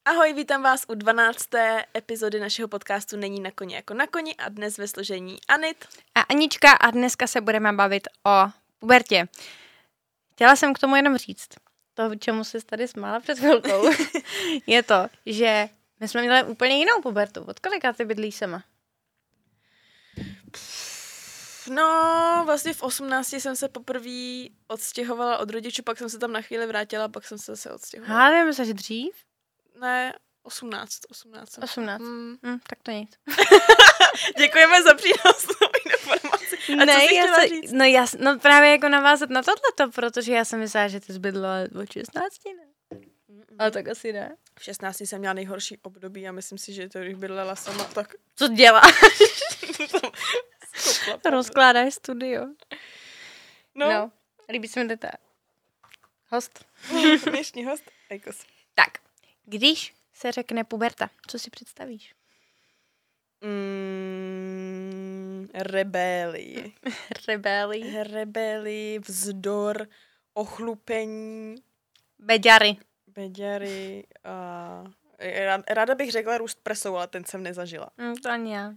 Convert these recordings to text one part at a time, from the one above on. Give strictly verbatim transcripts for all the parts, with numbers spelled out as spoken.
Ahoj, vítám vás u dvanácté epizody našeho podcastu Není na koni jako na koni a dnes ve složení Anit a Anička a dneska se budeme bavit o pubertě. Chtěla jsem k tomu jenom říct, to, čemu jsi tady smála před chvilkou, je to, že my jsme měli úplně jinou pubertu. Od kolika ty bydlíš sama? No, vlastně v osmnácti jsem se poprvé odstěhovala od rodičů, pak jsem se tam na chvíli vrátila, pak jsem se zase odstěhovala. Hádej, myslíš dřív? Ne, osmnáct. osmnáct. osmnáct. Hmm. Hm, tak to nic. Děkujeme za přínosnou informaci. A ne, co jsi já chtěla se, říct? no, já, no právě jako navázat na tohleto, protože já jsem myslela, že ty jsi bydlela od šestnácti, ne? Ale tak asi ne. V šestnácti jsem měla nejhorší období a myslím si, že to, když bydlela sama, tak... Co děláš? Skopla, Rozkládáš studio. no. no. Líbí se mi ta host. Dnešní host. Ejkos. Tak, když se řekne puberta, co si představíš? Mm, rebelii. Rebelii. Rebelii, vzdor, ochlupení, Beďary. beďary a... Ráda bych řekla růst prsou, ale ten jsem nezažila. Mm, to ani já.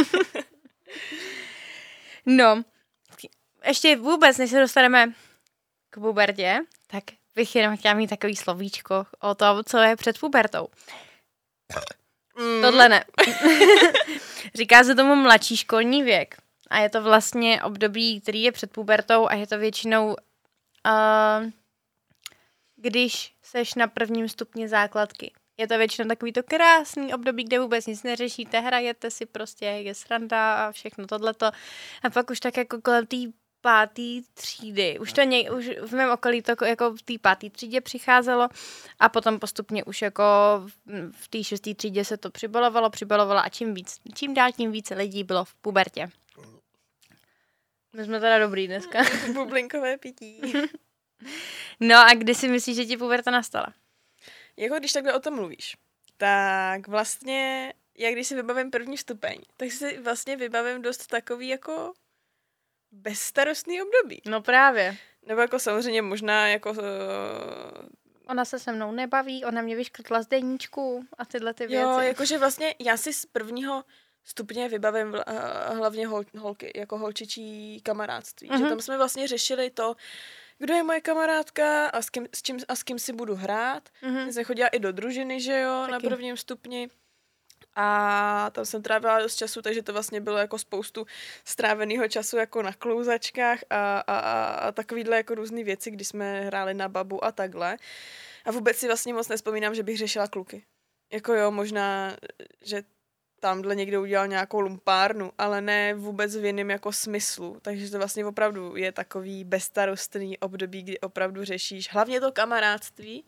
no, ještě vůbec, než se dostaneme k pubertě, tak bych jenom chtěla mít takový slovíčko o tom, co je před pubertou. Mm. Tohle ne. Říká se tomu mladší školní věk. A je to vlastně období, který je před pubertou a je to většinou, uh, když seš na prvním stupni základky. Je to většinou takový to krásný období, kde vůbec nic neřešíte, hrajete si prostě, je sranda a všechno tohleto. A pak už tak jako kolem té pátý třídy, už to něj, už v mém okolí to jako v té páté třídě přicházelo a potom postupně už jako v té šesté třídě se to přibalovalo, přibalovalo a čím víc, čím dál tím více lidí bylo v pubertě. My jsme teda dobrý dneska. Bublinkové pití. No a kdy si myslíš, že ti puberta nastala? Jako když takhle o tom mluvíš, tak vlastně, jak když si vybavím první stupeň, tak si vlastně vybavím dost takový jako bezstarostný období. No právě. Nebo jako samozřejmě možná jako... Uh... Ona se se mnou nebaví, ona mě vyškrtla z deníčku a tyhle ty věci. Jo, jakože vlastně já si z prvního stupně vybavím uh, hlavně hol, holky, jako holčičí kamarádství. Mm-hmm. Že tam jsme vlastně řešili to, kdo je moje kamarádka a s kým, s čím, a s kým si budu hrát. Mm-hmm. Jsem chodila i do družiny, že jo, taky. Na prvním stupni. A tam jsem trávila dost času, takže to vlastně bylo jako spoustu stráveného času jako na klouzačkách a, a, a, a takovýhle jako různý věci, kdy jsme hráli na babu a takhle. A vůbec si vlastně moc nespomínám, že bych řešila kluky. Jako jo, možná, že tamhle někdo udělal nějakou lumpárnu, ale ne vůbec v jiném jako smyslu. Takže to vlastně opravdu je takový bezstarostný období, kdy opravdu řešíš hlavně to kamarádství,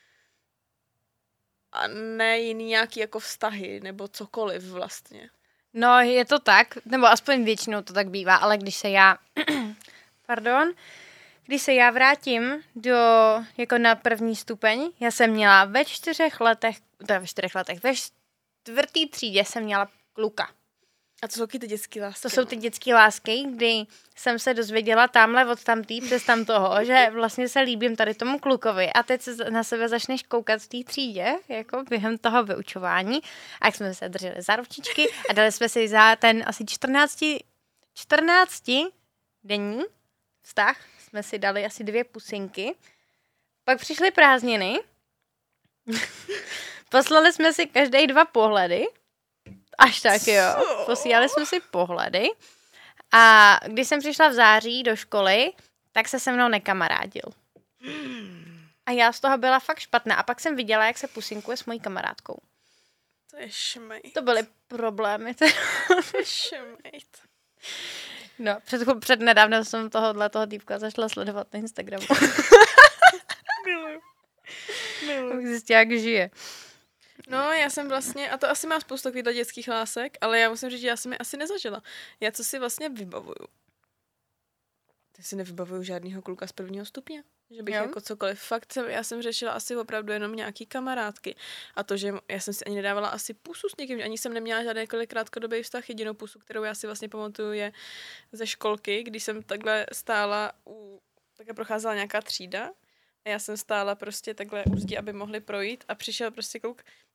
a ne jiný nějaký jako vztahy, nebo cokoliv vlastně. No, je to tak, nebo aspoň většinou to tak bývá, ale když se já, pardon, když se já vrátím do, jako na první stupeň, já jsem měla ve čtyřech letech, to je ve čtyřech letech, ve čtvrtý třídě jsem měla kluka. A to jsou ty dětský lásky. To jsou ty dětský lásky, kdy jsem se dozvěděla tamhle od tamtý přes tam toho, že vlastně se líbím tady tomu klukovi a teď se na sebe začneš koukat v té třídě, jako během toho vyučování. A jak jsme se drželi za ručičky a dali jsme si za ten asi čtrnácti denní vztah, jsme si dali asi dvě pusinky. Pak přišly prázdniny, poslali jsme si každý dva pohledy, až tak jo, posílali jsme si pohledy a když jsem přišla v září do školy, tak se se mnou nekamarádil. A já z toho byla fakt špatná a pak jsem viděla, jak se pusinkuje s mojí kamarádkou. To je šmejt. To byly problémy. To je šmejt. No, před, před nedávnem jsem tohohle toho týpka zašla sledovat na Instagramu. Miluju. Miluju. Zjistila, jak žije. No, já jsem vlastně, a to asi má spoustu takových dětských lásek, ale já musím říct, že já jsem je asi nezažila. Já co si vlastně vybavuju? Ty si nevybavuju žádného kluka z prvního stupně. Že bych jo. jako cokoliv. Fakt jsem, já jsem řešila asi opravdu jenom nějaký kamarádky. A to, že já jsem si ani nedávala asi pusu s někým, že ani jsem neměla žádný krátkodobý vztah. Jedinou pusu, kterou já si vlastně pamatuju, je ze školky, když jsem takhle stála u, takhle procházela nějaká třída. A já jsem stála prostě takhle u zdi, aby mohli projít a přišel prostě kluk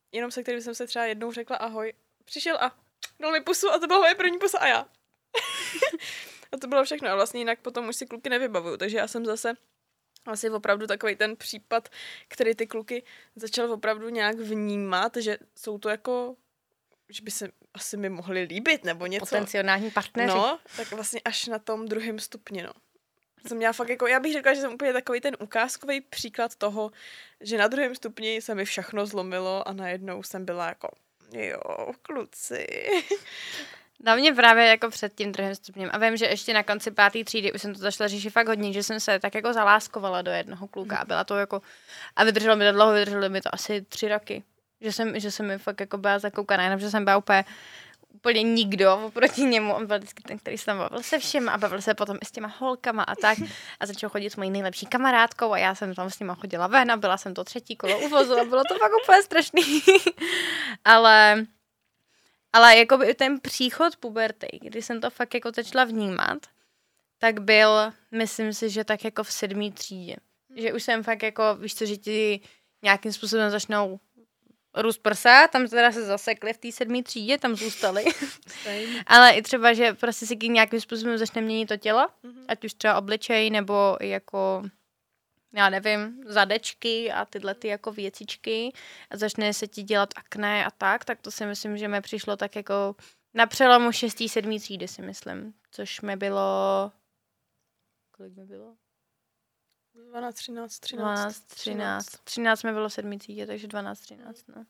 jenom se kterým jsem se třeba jednou řekla ahoj, přišel a dal mi pusu a to byla moje první pusa a já. A to bylo všechno. A vlastně jinak potom už si kluky nevybavuju, takže já jsem zase asi opravdu takový ten případ, který ty kluky začal opravdu nějak vnímat, že jsou to jako, že by se asi mi mohli líbit nebo něco. Potenciální partneři. No, tak vlastně až na tom druhém stupni, no. Jsem měla fakt jako, já bych řekla, že jsem úplně takový ten ukázkový příklad toho, že na druhém stupni se mi všechno zlomilo a najednou jsem byla jako, jo, kluci. Na mě právě jako před tím druhým stupněm. A vím, že ještě na konci páté třídy už jsem to začala řešit fakt hodně, že jsem se tak jako zaláskovala do jednoho kluka a byla to jako, a vydrželo mi to dlouho, vydrželo mi to asi tři roky. Že jsem, že jsem mi fakt jako byla zakoukaná, jenom že jsem byla úplně, úplně nikdo oproti němu. On byl vždycky ten, který se tam bavil se všem a bavil se potom i s těma holkama a tak. A začal chodit s mojí nejlepší kamarádkou a já jsem tam s nima chodila ven a byla jsem to třetí kolo uvozu a bylo to fakt úplně strašný. Ale... Ale jako by ten příchod puberty, kdy jsem to fakt jako začala vnímat, tak byl, myslím si, že tak jako v sedmý třídě. Že už jsem fakt jako, víš co, že ti nějakým způsobem začnou růst prsa, tam teda se zasekli v té sedmý třídě, tam zůstali. Ale i třeba, že prostě si nějakým způsobem začne měnit to tělo, mm-hmm. ať už třeba obličej, nebo jako... já nevím, zadečky a tyhle ty jako věcičky a začne se ti dělat akné a tak, tak to si myslím, že mi přišlo tak jako na přelomu šestý, sedmý třídy si myslím, což mi bylo, kolik mi bylo? dvanáct, třináct, třináct. dvanáct, třináct. třináct mi bylo v sedmý třídě, takže dvanáct, třináct, no.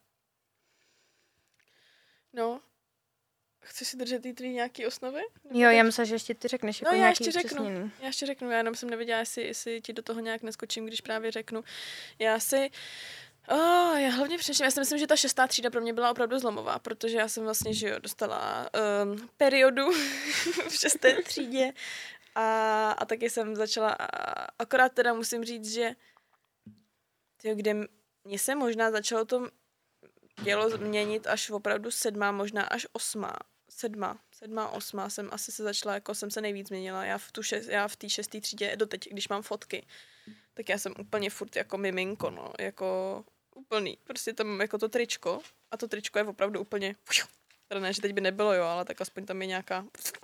No. Chceš si držet ty tvý nějaký osnovy? Nebo jo, já myslím, že ještě ty řekneš jako no, já nějaký ještě řeknu. upřesněný. Já ještě řeknu, já jenom jsem nevěděla, jestli, jestli ti do toho nějak neskočím, když právě řeknu. Já si... Oh, já hlavně přeším. Já si myslím, že ta šestá třída pro mě byla opravdu zlomová, protože já jsem vlastně, že jo, dostala um, periodu v šesté třídě a, a taky jsem začala, a, akorát teda musím říct, že tyjo, kde mě se možná začalo to tělo změnit až opravdu sedmá, možná až osmá. Sedma, sedma, osma jsem asi se začala, jako jsem se nejvíc změnila. Já v, tu šest, já v té šesté třídě doteď, když mám fotky, tak já jsem úplně furt jako miminko, no, jako úplný. Prostě tam mám jako to tričko a to tričko je opravdu úplně, teda ne, že teď by nebylo, jo, ale tak aspoň tam je nějaká...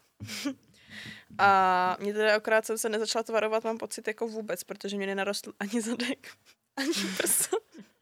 A mě teda akorát jsem se nezačala tvarovat, mám pocit jako vůbec, protože mě nenarostl ani zadek, ani prsa.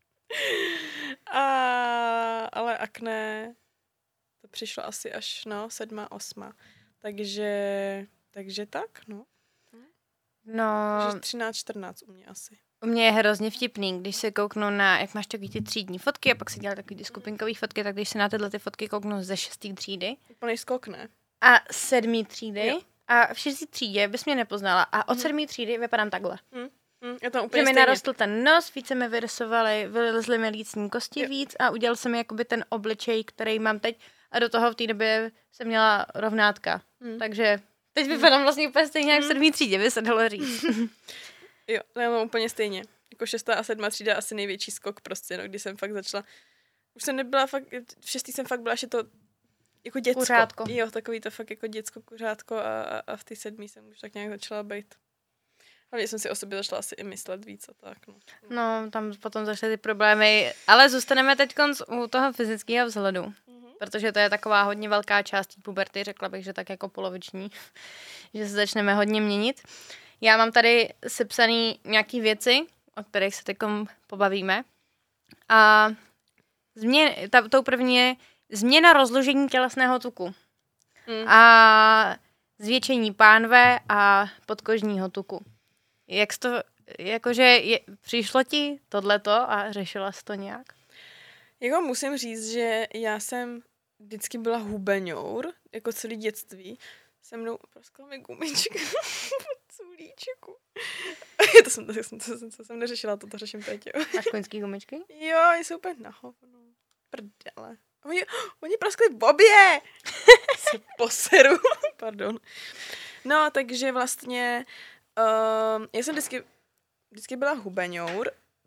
A, ale akné to přišlo asi až, no, sedma, osma. Takže, takže tak, no. No. Takže třináct, čtrnáct u mě asi. U mě je hrozně vtipný, když se kouknu na, jak máš takový ty třídní fotky a pak si dělá takový ty skupinkový fotky, tak když se na tyhle ty fotky kouknu ze šestý třídy. Úplnej skok, ne? A sedmý třídy. Jo. A v šestý třídě bys mě nepoznala. A od sedmý třídy vypadám takhle. Hmm. Hmm, je to úplně že mi stejně. narostl ten nos, více mi vyrysovali, vylezly mi lícní kosti jo. víc a udělal jsem mi jakoby ten obličej, který mám teď. A do toho v té době jsem měla rovnátka. Hmm. Takže teď vypadám vlastně úplně stejně jak v sedmý třídě, by se dalo říct. Jo, já mám úplně stejně. Jako šestá a sedmá třída asi největší skok prostě, no, když jsem fakt začala. Už jsem nebyla fakt, v šestý jsem fakt byla, že to jako děcko. Kuřátko. Jo, takový to fakt jako děcko, kuřátko a, a, a v té sedmý jsem už tak nějak začala být. Hlavně jsem si o sobě začala asi i myslet víc a tak. No, no tam potom začaly ty problémy, ale zůstaneme teď u toho fyzického vzhledu. Mm-hmm. Protože to je taková hodně velká část puberty, řekla bych, že tak jako poloviční, že se začneme hodně měnit. Já mám tady sepsaný nějaký věci, o kterých se teď pobavíme. A změn, ta, tou první je změna rozložení tělesného tuku. Mm. A zvětšení pánve a podkožního tuku. Jak to, jakože je, přišlo ti tohleto a řešila jsi to nějak? Jako musím říct, že já jsem vždycky byla hubeňour, jako celý dětství. Se mnou praskla mi gumička culíčku. to, jsem, to, jsem, to, jsem, to jsem neřešila, to, to řeším teď, jo. Máš koňský gumičky? Jo, jsou úplně na hovno. Prdele. Oni, oni praskli v obě! Se poseru. Pardon. No, takže vlastně um, já jsem vždycky, vždycky byla hubeňour.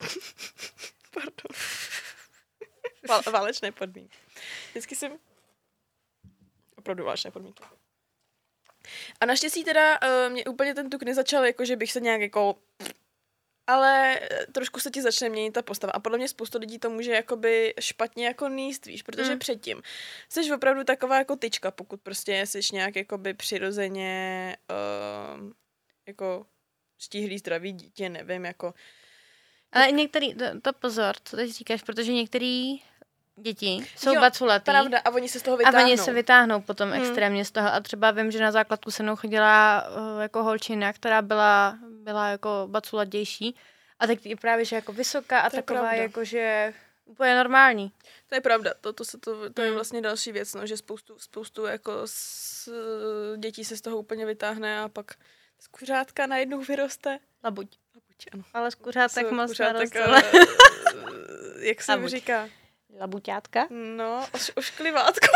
Pardon. Val, válečné podmínky. Vždycky jsem opravdu válečné podmínky. A naštěstí teda uh, mě úplně ten tuk nezačal, jako že bych se nějak jako ale trošku se ti začne měnit ta postava. A podle mě spoustu lidí to může jakoby špatně jako níst, víš, protože mm. předtím jsi opravdu taková jako tyčka, pokud prostě jsi nějak jakoby přirozeně uh, jako štíhlý zdravý dítě, nevím, jako. Ale některý, to, to pozor, co teď říkáš, protože některý děti jsou jo, baculatý. Pravda, a oni se z toho vytáhnou. A oni se vytáhnou potom hmm. extrémně z toho. A třeba vím, že na základku se mnou chodila uh, jako holčina, která byla, byla jako baculatější. A tak je právě, že jako vysoká a to taková jako, že úplně normální. To je pravda, to, to, se to, to je vlastně další věc, no, že spoustu, spoustu jako s, dětí se z toho úplně vytáhne a pak z kuřátka najednou vyroste. Labuť. Labuť, ano. Ale z kuřátek moc kuřátek, ale... Jak se mi říká? Labuťátka? No, oš, ošklivátko.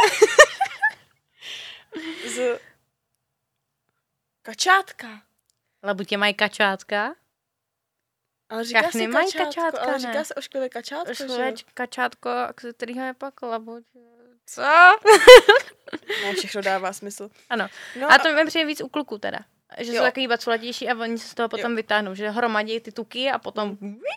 Z kačátka. Labutě mají kačátka? Ale říká Kachny se mají kačátko, kačátka, ale ne? říká se ošklivé kačátko, Ošklivé kačátko, kterýho je pak labuť. Co? Ne, všechno dává smysl. Ano. No a to mi přijde víc u kluků teda. Že jo. jsou takový baculatější a oni se z toho potom jo. vytáhnou, že hromadí ty tuky a potom...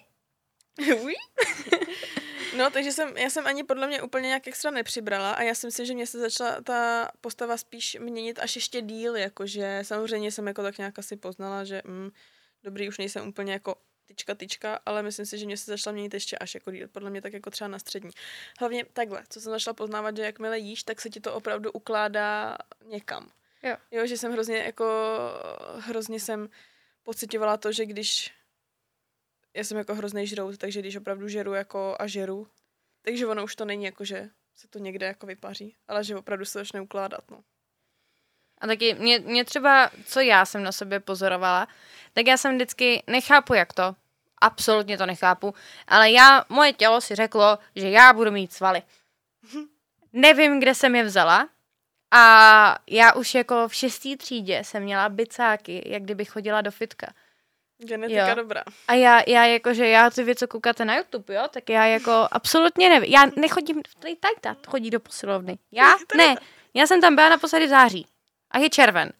No, takže jsem, já jsem ani podle mě úplně nějak extra nepřibrala a já si myslím, že mě se začala ta postava spíš měnit až ještě díl, jakože samozřejmě jsem jako tak nějak asi poznala, že mm, dobrý, už nejsem úplně jako tyčka, tyčka, ale myslím si, že mě se začala měnit ještě až jako díl, podle mě tak jako třeba na střední. Hlavně takhle, co jsem začala poznávat, že jakmile jíš, tak se ti to opravdu ukládá někam. Jo. Jo, že jsem hrozně jako, hrozně jsem pocitovala to, že když já jsem jako hrozný žrout, takže když opravdu žeru jako a žeru, takže ono už to není jako, že se to někde jako vypaří, ale že opravdu se začne ukládat, no. A taky mě, mě třeba, co já jsem na sobě pozorovala, tak já jsem vždycky, nechápu jak to, absolutně to nechápu, ale já, moje tělo si řeklo, že já budu mít svaly. Nevím, kde jsem je vzala a já už jako v šestý třídě jsem měla bicáky, jak kdyby chodila do fitka. Genetika jo. dobrá. A já, já jakože, já ty věci koukáte na YouTube, jo, tak já jako absolutně nevím. Já nechodím, tady tajta chodí do posilovny. Já? Ne, já jsem tam byla naposledy v září. A je červen.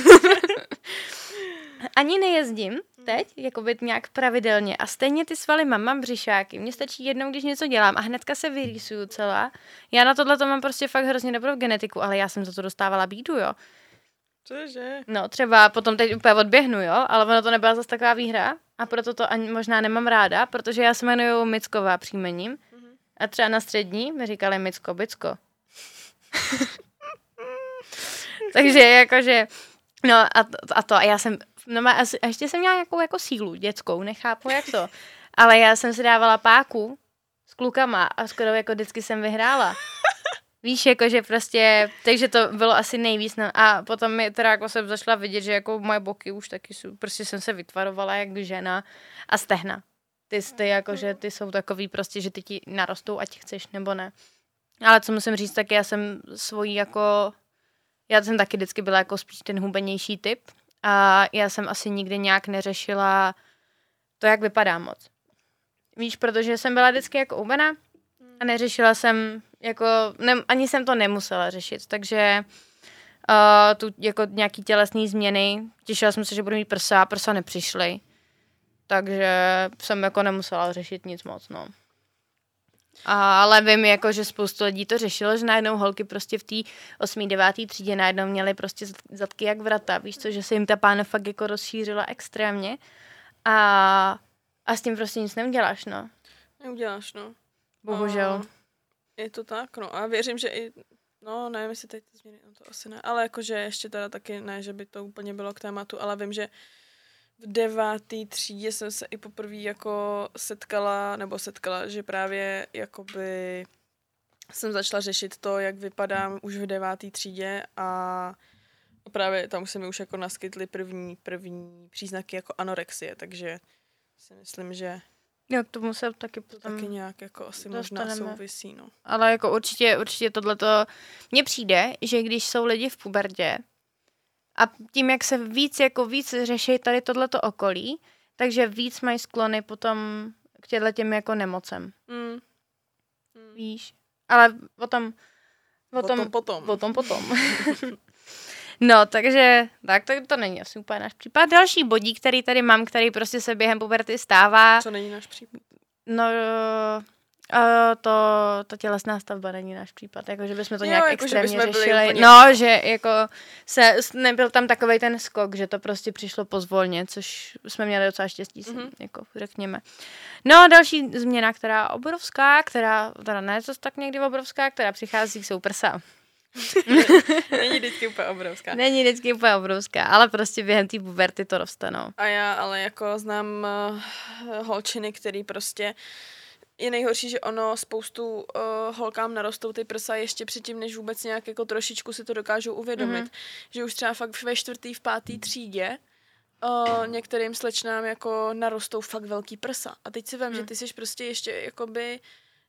Ani nejezdím teď, jakoby nějak pravidelně. A stejně ty svaly mám, mám břišáky. Mně stačí jednou, když něco dělám a hnedka se vyrýsuju celá. Já na tohle to mám prostě fakt hrozně dobrou genetiku, ale já jsem za to dostávala bídu, jo. Cože? No, třeba potom teď úplně odběhnu, jo, ale ono to nebyla zase taková výhra a proto to ani možná nemám ráda, protože já se jmenuju Micková příjmením mm-hmm. a třeba na střední mi říkali Micko, Bicko. Takže jakože, no a to, a to, a já jsem, no a ještě jsem měla nějakou jako sílu dětskou, nechápu jak to, ale já jsem si dávala páku s klukama a skoro jako vždycky jsem vyhrála. Víš, jakože prostě, takže to bylo asi nejvíc. No. A potom mi teda jako jsem začala vidět, že jako moje boky už taky jsou, prostě jsem se vytvarovala jak žena a stehna. Ty, ty jakože ty jsou takový prostě, že ty ti narostou, ať chceš nebo ne. Ale co musím říct, tak já jsem svojí jako, já jsem taky vždycky byla jako spíš ten hubenější typ a já jsem asi nikdy nějak neřešila to, jak vypadá moc. Víš, protože jsem byla vždycky jako hubená a neřešila jsem, jako, ne, ani jsem to nemusela řešit, takže uh, tu jako nějaký tělesný změny, těšila jsem se, že budu mít prsa, prsa nepřišly, takže jsem jako nemusela řešit nic moc, no. A, ale vím, jako, že spoustu lidí to řešilo, že najednou holky prostě v té osmý, devátý třídě najednou měly prostě zadky jak vrata, víš co, že se jim ta pána fakt jako rozšířila extrémně a, a s tím prostě nic neuděláš, no. Neuděláš, no. Bohužel. A je to tak, no a věřím, že i, no nevím, jestli teď ty změny, no to asi ne, ale jakože ještě teda taky ne, že by to úplně bylo k tématu, ale vím, že v devátý třídě jsem se i poprvé jako setkala, nebo setkala, že právě jakoby jsem začala řešit to, jak vypadám už v devátý třídě a právě tam se mi už jako naskytly první, první příznaky jako anorexie, takže si myslím, že Jo, k tomu se taky to taky nějak jako asi dostaneme. možná souvisí, no. Ale jako určitě, určitě tohleto, mně přijde, že když jsou lidi v pubertě a tím, jak se víc, jako víc řeší tady tohleto okolí, takže víc mají sklony potom k těmhle těm jako nemocem. Mm. Mm. Víš? Ale o tom, o tom, o tom potom. O tom potom. No, takže tak to, to není asi úplně náš případ. Další bodík, který tady mám, který prostě se během puberty stává. Co není náš případ? No, uh, to, ta tělesná stavba není náš případ, jako že bychom to jo, nějak jako, extrémně že řešili. úplně... No, že jako se, nebyl tam takovej ten skok, že to prostě přišlo pozvolně, což jsme měli docela štěstí, mm-hmm. jako řekněme. No a další změna, která obrovská, která, teda ne to tak někdy obrovská, která přichází, jsou prsa. Není vždycky úplně obrovská. Není vždycky úplně obrovská, ale prostě během té puberty to roste, no. A já ale jako znám uh, holčiny, který prostě je nejhorší, že ono spoustu uh, holkám narostou ty prsa ještě předtím, než vůbec nějak jako trošičku si to dokážou uvědomit. Mm-hmm. Že už třeba fakt ve čtvrtý, v pátý třídě uh, některým slečnám jako narostou fakt velký prsa. A teď si vem, mm. že ty jsi prostě ještě jakoby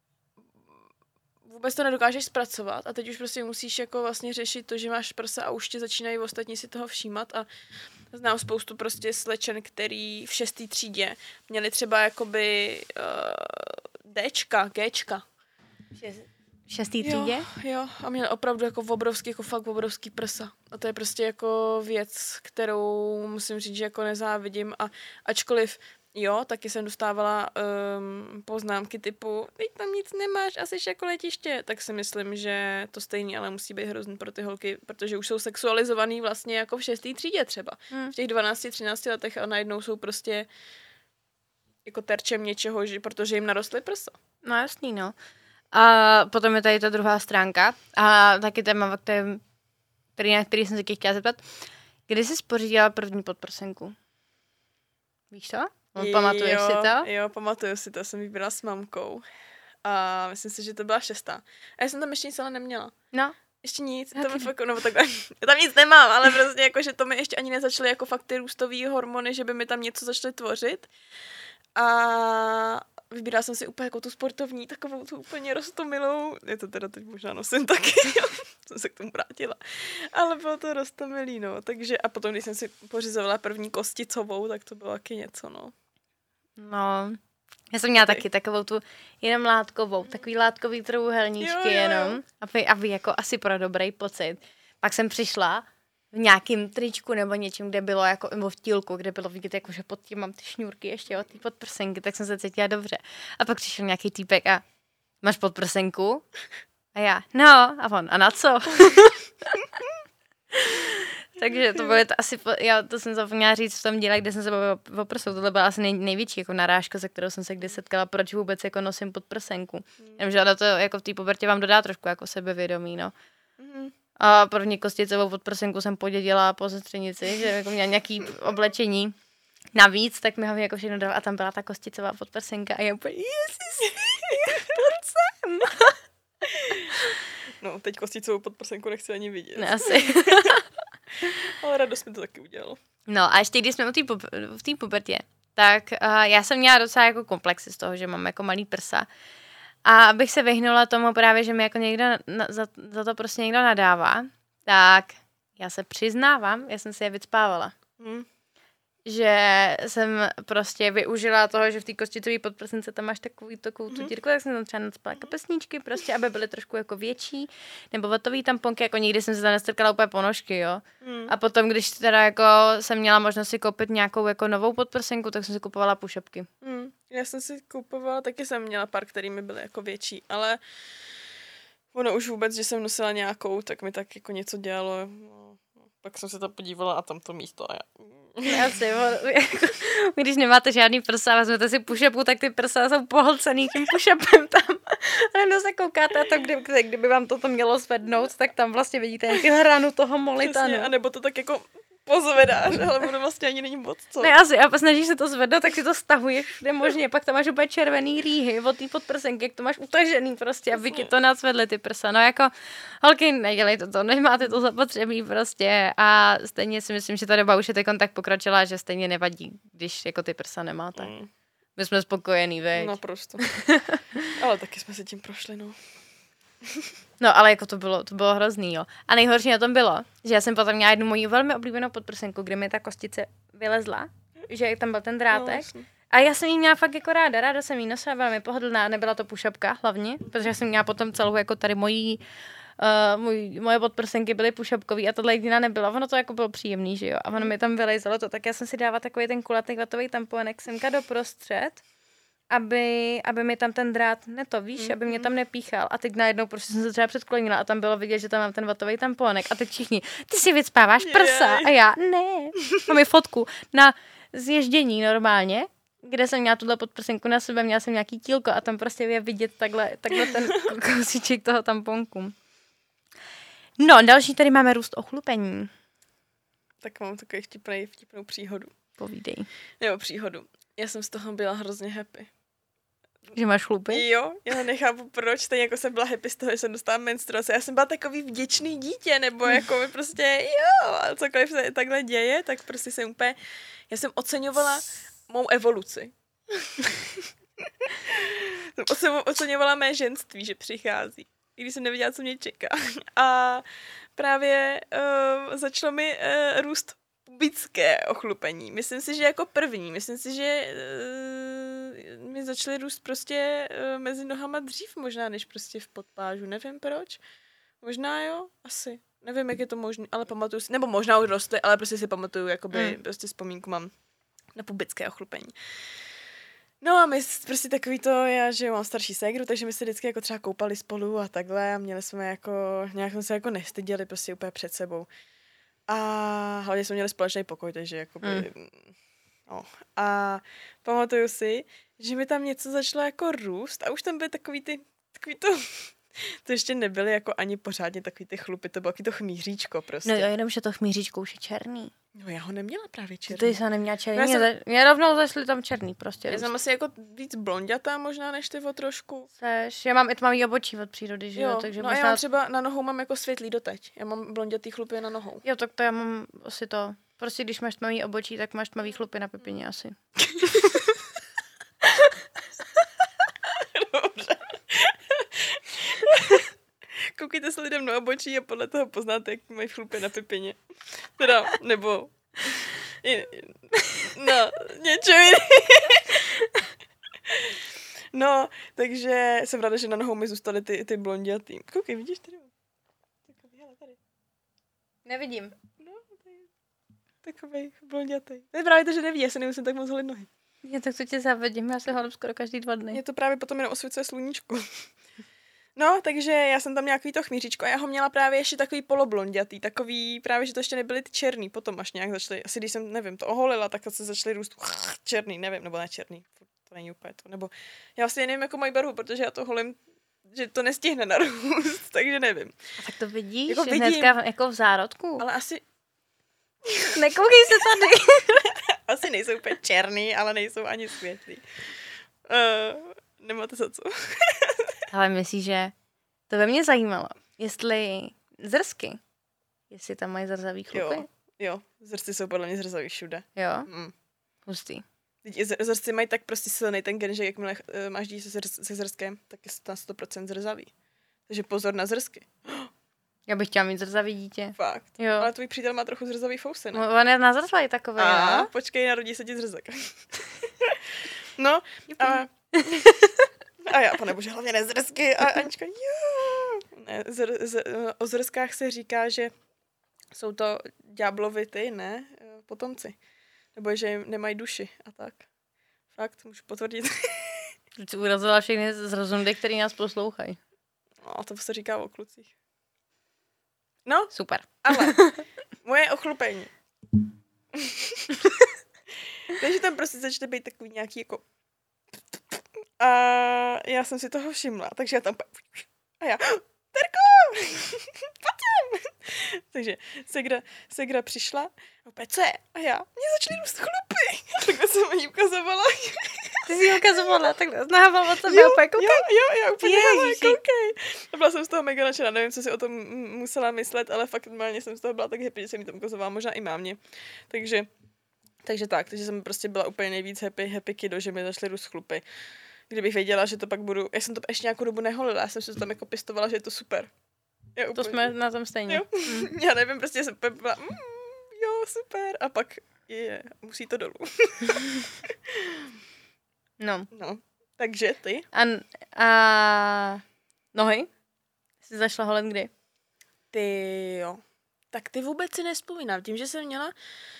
vůbec to nedokážeš zpracovat a teď už prostě musíš jako vlastně řešit to, že máš prsa a už tě začínají ostatní si toho všímat a znám spoustu prostě slečen, který v šestý třídě měli třeba jakoby uh, Dčka, Gčka. V šestý třídě? Jo, jo, a měli opravdu jako obrovský, jako fakt obrovský prsa. A to je prostě jako věc, kterou musím říct, že jako nezávidím a ačkoliv jo, taky jsem dostávala um, poznámky typu, teď tam nic nemáš a jsi jako letiště. Tak si myslím, že to stejný, ale musí být hrozný pro ty holky, protože už jsou sexualizovaný vlastně jako v šestý třídě třeba. Hmm. V těch dvanácti třinácti letech a najednou jsou prostě jako terčem něčeho, že, protože jim narostly prsa. No jasný, no. A potom je tady ta druhá stránka a taky téma, který, který, na který jsem se chtěla zeptat. Kdy jsi pořídila první podprsenku? Víš to? Pamatuješ jo, si to? Jo, pamatuju si to, jsem vybírala s mamkou. A myslím si, že to byla šestá. A já jsem tam ještě nic ale neměla. No. Ještě nic, to mi fakt, no takhle, já tam nic nemám, ale prostě jako, že to mi ještě ani nezačaly jako fakt ty růstový hormony, že by mi tam něco začaly tvořit. A vybírala jsem si úplně jako tu sportovní, takovou tu úplně roztomilou, je to teda teď možná nosím taky, jsem se k tomu vrátila, ale bylo to roztomilý, no, takže a potom, když jsem si pořizovala první kosticovou, tak to bylo taky něco, no. No, já jsem měla okay. taky takovou tu jenom látkovou, takový látkový trůhelníčky jo, jo, jo. jenom, aby, aby jako asi pro dobrý pocit. Pak jsem přišla v nějakým tričku nebo něčím, kde bylo jako, nebo v tílku, kde bylo vidět, jako, že pod tím mám ty šňůrky ještě od té podprsenky, tak jsem se cítila dobře. A pak přišel nějaký týpek a máš podprsenku? A já, no, a on, a na co? Takže to bylo to asi, já to jsem zapomněla říct v tom díle, kde jsem se bavila o prsou, tohle byla asi nej, největší jako narážka, se kterou jsem se kdy setkala, proč vůbec jako nosím podprsenku. Jenomže to jako v té pubertě vám dodá trošku jako sebevědomí, no. Mm. A první kosticovou podprsenku jsem podědila po sestřenici, že jako měla nějaký oblečení navíc, tak mi ho jako všechno dala a tam byla ta kosticová podprsenka a já úplně, ježiš, pojď sem. No, teď kosticovou podprsenku nechci ani vidět. Ne, asi. Ale radost mi to taky udělalo. No a ještě když jsme v té pubertě, tak uh, já jsem měla docela jako komplexy z toho, že mám jako malý prsa. A abych se vyhnula tomu právě, že mi jako někdo na, za, za to prostě někdo nadává, tak já se přiznávám, já jsem si je vycpávala. Hmm. Že jsem prostě využila toho, že v té kosticové podprsence tam máš takový, takovou tu dírku, tak jsem tam třeba nacpala kapesníčky prostě, aby byly trošku jako větší, nebo vatový tamponky, jako nikdy jsem se tam nestrkala úplně ponožky, jo. Hmm. A potom, když teda jako jsem měla možnost si koupit nějakou jako novou podprsenku, tak jsem si kupovala pušapky. Hmm. Já jsem si kupovala, taky jsem měla pár, který mi byly jako větší, ale ono už vůbec, že jsem nosila nějakou, tak mi tak jako něco dělalo. No, pak jsem se tam podívala a tam to místo a já... Asi, jako, když nemáte žádný prsa a vezmete si push-upu, tak ty prsa jsou pohlcený tím push-upem tam. A jenom se koukáte a to, kdy, kdyby vám toto mělo zvednout, tak tam vlastně vidíte nějaký hranu toho molitanu. Přesně, a nebo to tak jako pozvedáš, ale ono vlastně ani není moc co. Ne, asi, a snažíš se to zvednout, tak si to stahuješ všude možně, pak tam máš úplně červený rýhy od té podprsenky, jak to máš utažený prostě, aby ti to nacvedly ty prsa. No jako, holky, nedělejte to, nemáte to zapotřebí prostě a stejně si myslím, že ta doba už je teď tak pokročila, že stejně nevadí, když jako ty prsa nemáte. Mm. My jsme spokojení, veď? Naprosto. Ale taky jsme se tím prošli, no. No, ale jako to bylo, to bylo hrozný, jo. A nejhorší na tom bylo, že já jsem potom měla jednu moji velmi oblíbenou podprsenku, kde mi ta kostice vylezla, že tam byl ten drátek. No, a já jsem jí měla fakt jako ráda, ráda jsem jí nosila, velmi pohodlná, nebyla to pušapka hlavně, protože jsem měla potom celou jako tady mojí uh, můj, moje podprsenky byly pušapkový a tohle jediná nebyla. Ono to jako bylo příjemný, že jo. A ono mi tam vylejzalo to, tak já jsem si dala takový ten kulatý vatový tamponek semka doprostřed, aby, aby mi tam ten drát, ne to víš, mm-hmm. aby mě tam nepíchal. A teď najednou prostě jsem se třeba předklonila a tam bylo vidět, že tam mám ten vatový tamponek. A teď všichni, ty si vycpáváš prsa. A já, ne. Mám i fotku na zježdění normálně, kde jsem měla tuhle podprsenku na sebe, měla jsem nějaký tílko a tam prostě je vidět takhle, takhle ten kousíček toho tamponku. No, další tady máme růst ochlupení. Tak mám takový vtipnej, vtipnou příhodu. Povídej. Nebo příhodu. Já jsem z toho byla hrozně happy. Že máš chlupy? Jo, já nechápu proč, stejně jako jsem byla happy z toho, že jsem dostala menstruaci. Já jsem byla takový vděčný dítě, nebo jako mi prostě jo, a cokoliv se takhle děje, tak prostě jsem úplně, já jsem oceňovala mou evoluci. jsem oceňovala mé ženství, že přichází. I když jsem nevěděla, co mě čeká. A právě uh, začalo mi uh, růst pubické ochlupení. Myslím si, že jako první. Myslím si, že uh, mi začaly růst prostě uh, mezi nohama dřív možná, než prostě v podpážu. Nevím proč. Možná jo, asi. Nevím, jak je to možné, ale pamatuju si, nebo možná už rostly, ale prostě si pamatuju, jakoby hmm. prostě vzpomínku mám na pubické ochlupení. No a my prostě takový to, já, že mám starší ségru, takže my se vždycky jako třeba koupali spolu a takhle a měli jsme jako, nějak jsme se jako nestyděli prostě úplně před sebou. A hlavně jsme měli společný pokoj, takže jakoby, mm. no. A pamatuju si, že mi tam něco začalo jako růst a už tam byly takový ty, takový to, to ještě nebyly jako ani pořádně takový ty chlupy, to bylo takový to chmíříčko prostě. No jo, jenom, že to chmíříčko už je černý. No já ho neměla právě černý. Ty jsi neměla černý, já mě, jsem... mě rovnou zašli tam černý prostě. Já jsem asi jako víc blondětá možná než ty o trošku. Seš, já mám i tmavý obočí od přírody, že jo, jo takže no možná... a já třeba na nohou mám jako světlý doteď. Já mám blondětý chlupy na nohou. Jo, tak to já mám asi to. Prostě když máš tmavý obočí, tak máš tmavý chlupy na pepině asi. Dobře. Koukejte se lidem na obočí a podle toho poznáte, jak mají chlupy na pepině. Teda, nebo... No, něčem No, takže jsem ráda, že na nohou mi zůstaly ty, ty blondětý. Koukej, vidíš tady? Takový, hele, tady. Nevidím. No, tady. Takovej blondětý. To je právě to, že neví, já se nemusím tak moc holit nohy. Já tak to tě zavedím, já se holím skoro každý dva dny. Mě to právě potom jenom osvěcuje sluníčko. No, takže já jsem tam měla takový to chmíříčko a já ho měla právě ještě takový poloblondětý, takový právě, že to ještě nebyly ty černý, potom až nějak začaly, asi když jsem, nevím, to oholila, tak se začaly růst černý, nevím, nebo ne černý, to není úplně to, nebo já vlastně nevím, jako mají barvu, protože já to holím, že to nestihne narůst, takže nevím. A tak to vidíš, jako vidím, hnedka jako v zárodku. Ale asi... Nekoukej se tady. Asi nejsou úplně černý, ale nejsou ani světlý. Uh, nemáte za co. Ale myslíš, že to by mě zajímalo, jestli zrsky, jestli tam mají zrzavý chlupy. Jo, jo, zrsky jsou podle mě zrzavý všude. Jo, mm. hustý. Zrsky mají tak prostě silný ten gen, že jakmile uh, máš dítě se, se zrskem, tak je na sto procent zrzavý. Takže pozor na zrsky. Já bych chtěla mít zrzavý dítě. Fakt. Jo. Ale tvůj přítel má trochu zrzavý fousy, ne? On je na zrzavý takový, a, jo? Počkej, narodí se ti zrzek. No, a... A já, panebože, hlavně ne zrsky. A Anička, jo. Ne, zr, z, o zrskách se říká, že jsou to ďáblovi ty, ne, potomci. Nebo že jim nemají duši a tak. Fakt, můžu potvrdit. Jsi urazila všechny zrozumdy, který nás poslouchají. No, to se říká o klucích. No, super. Ale moje ochlupení. Takže tam prostě začne být takový nějaký jako... A já jsem si toho všimla, takže já tam... A já... Terko! Pojď! Takže Segra, Segra přišla a opět, co je? A já, mě začaly růst chlupy. A takhle jsem jí ukazovala. Ty jsi jí ukazovala, takhle znahávala od sebe, opět koukej. Jo, jo, já úplně hele, koukej. A byla jsem z toho mega nadšená, nevím, co si o tom musela myslet, ale fakt normálně jsem z toho byla tak happy, že jsem jí to ukazovala, možná i mámě. Takže, takže tak, takže jsem prostě byla úplně nejvíc happy, happy kiddo, že mi začaly růst chlupy. Kdybych věděla, že to pak budu... Já jsem to ještě nějakou dobu neholila, já jsem si to tam jako pistovala, že je to super. Já to úplně... jsme na tom stejně. Mm. Já nevím, prostě jsem byla... Mm, jo, super. A pak je, musí to dolů. No. No, takže ty? A, a nohy? Jsi zašla holen kdy? Ty jo. Tak ty vůbec si nespomínám. Tím, že jsem měla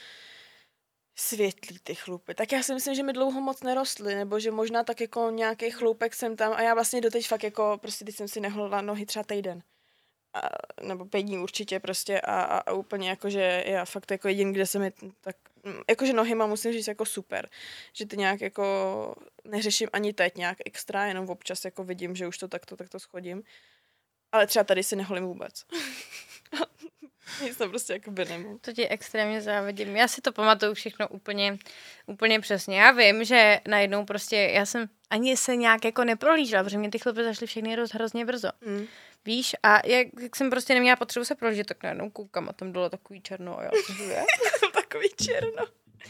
světlý ty chlupy, tak já si myslím, že mi dlouho moc nerostly, nebo že možná tak jako nějaký chlupek jsem tam a já vlastně doteď fakt jako, prostě teď jsem si neholila nohy třeba týden. A, nebo pět dní určitě prostě a, a, a úplně jako, že já fakt jako jediný, kde se mi tak, jakože nohyma musím říct jako super, že ty nějak jako neřeším ani teď nějak extra, jenom občas jako vidím, že už to takto, takto schodím, ale třeba tady si neholím vůbec. Nic to prostě jako by nemohl. To ti extrémně závidím. Já si to pamatuju všechno úplně, úplně přesně. Já vím, že najednou prostě, já jsem ani se nějak jako neprohlížela, protože mě ty chlupy zašly všechny roz hrozně brzo. Mm. Víš, a jak, jak jsem prostě neměla potřebu se prohlížet, tak najednou koukám a tam bylo takový černo a já je. Takový černo.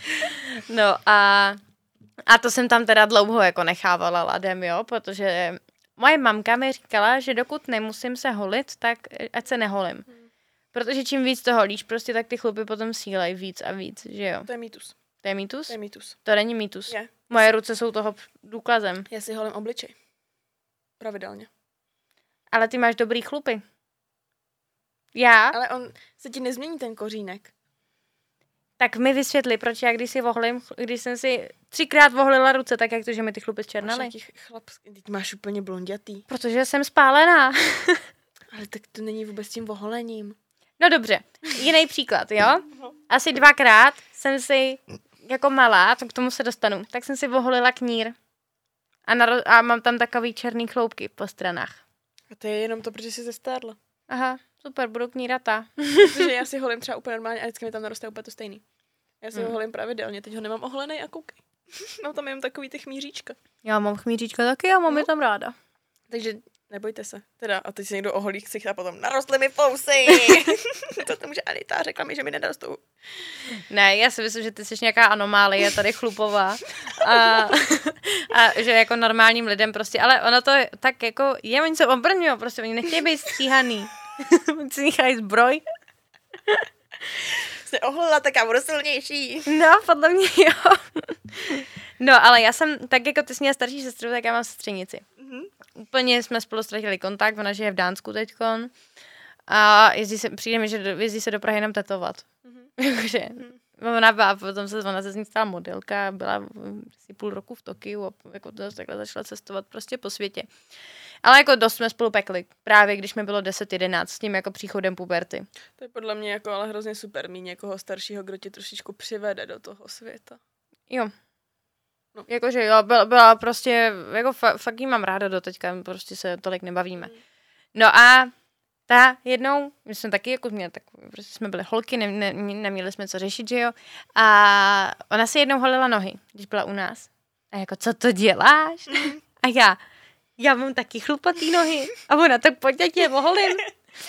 No a, a to jsem tam teda dlouho jako nechávala ladem, jo, protože moje mamka mi říkala, že dokud nemusím se holit, tak ať se neholím. Mm. Protože čím víc to holíš, prostě tak ty chlupy potom sílají víc a víc, že jo? To je mýtus. To je mýtus? To je mýtus. To není mýtus. Je. Moje ruce jsou toho důkazem. Já si holím obličej. Pravidelně. Ale ty máš dobrý chlupy. Já? Ale on se ti nezmění ten kořínek. Tak mi vysvětli, proč já když si vohlím, když jsem si třikrát vohlila ruce, tak jak to, že mi ty chlupy zčernaly. Chlap, teď máš úplně blondětý. Protože jsem spálená. Ale tak to není vůbec tím voholením. No dobře, jiný příklad, jo? Asi dvakrát jsem si, jako malá, to k tomu se dostanu, tak jsem si voholila knír. A, naro- a mám tam takový černý chloupky po stranách. A to je jenom to, protože jsi zestárla. Aha, super, budu knírata. Protože já si holím třeba úplně normálně a vždycky mi tam naroste úplně to stejný. Já si hmm. ho holím pravidelně, teď ho nemám oholený a koukej. Mám tam jenom takový ty chmíříčka. Já mám chmíříčka taky a mám no. je tam ráda. Takže nebojte se. Teda, a teď se někdo oholí ksicht a potom narostly mi fousy. To to může Anita, řekla mi, že mi nerostou. Ne, já si myslím, že ty jsi nějaká anomálie tady chlupová. A, a že jako normálním lidem prostě, ale ono to je tak jako, je, oni se obrňují, prostě oni nechtějí být stříhaný. Oni si nechají zbroj. Jsi oholila, tak já budu silnější. No, podle mě jo. No, ale já jsem, tak jako ty jsi měla starší sestru, tak já mám sestřenici. Mm-hmm. Úplně jsme spolu ztratili kontakt, ona žije v Dánsku teďkon. A jezdí se, přijde mi, že jezdí se do Prahy jenom tetovat. Mm-hmm. Jakože, mm-hmm. ona byla, potom se, ona se z ní stala modelka, byla asi půl roku v Tokiu a jako to takhle začala cestovat prostě po světě. Ale jako dost jsme spolu pekli, právě když mi bylo deset jedenáct s tím jako příchodem puberty. To je podle mě jako ale hrozně super mít někoho staršího, kdo ti trošičku přivede do toho světa. Jo. No. Jakože jo, byla, byla prostě, jako fa, fakt jí mám ráda do teďka, prostě se tolik nebavíme. Mm. No a ta jednou, my jsme taky jako měli, tak prostě jsme byli holky, ne, ne, neměli jsme co řešit, že jo. A ona si jednou holila nohy, když byla u nás. A jako, co to děláš? Mm. A já, já mám taky chlupatý nohy. A ona, tak pojď, já tě oholím.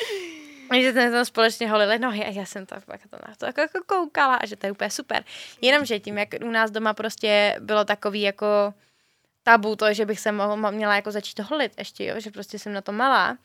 že jsme tam společně holili nohy a já jsem to, to na to jako, jako koukala a že to je úplně super. Jenomže tím, jak u nás doma prostě bylo takový jako tabu to, že bych se mohla, měla jako začít holit ještě, jo, že prostě jsem na to malá,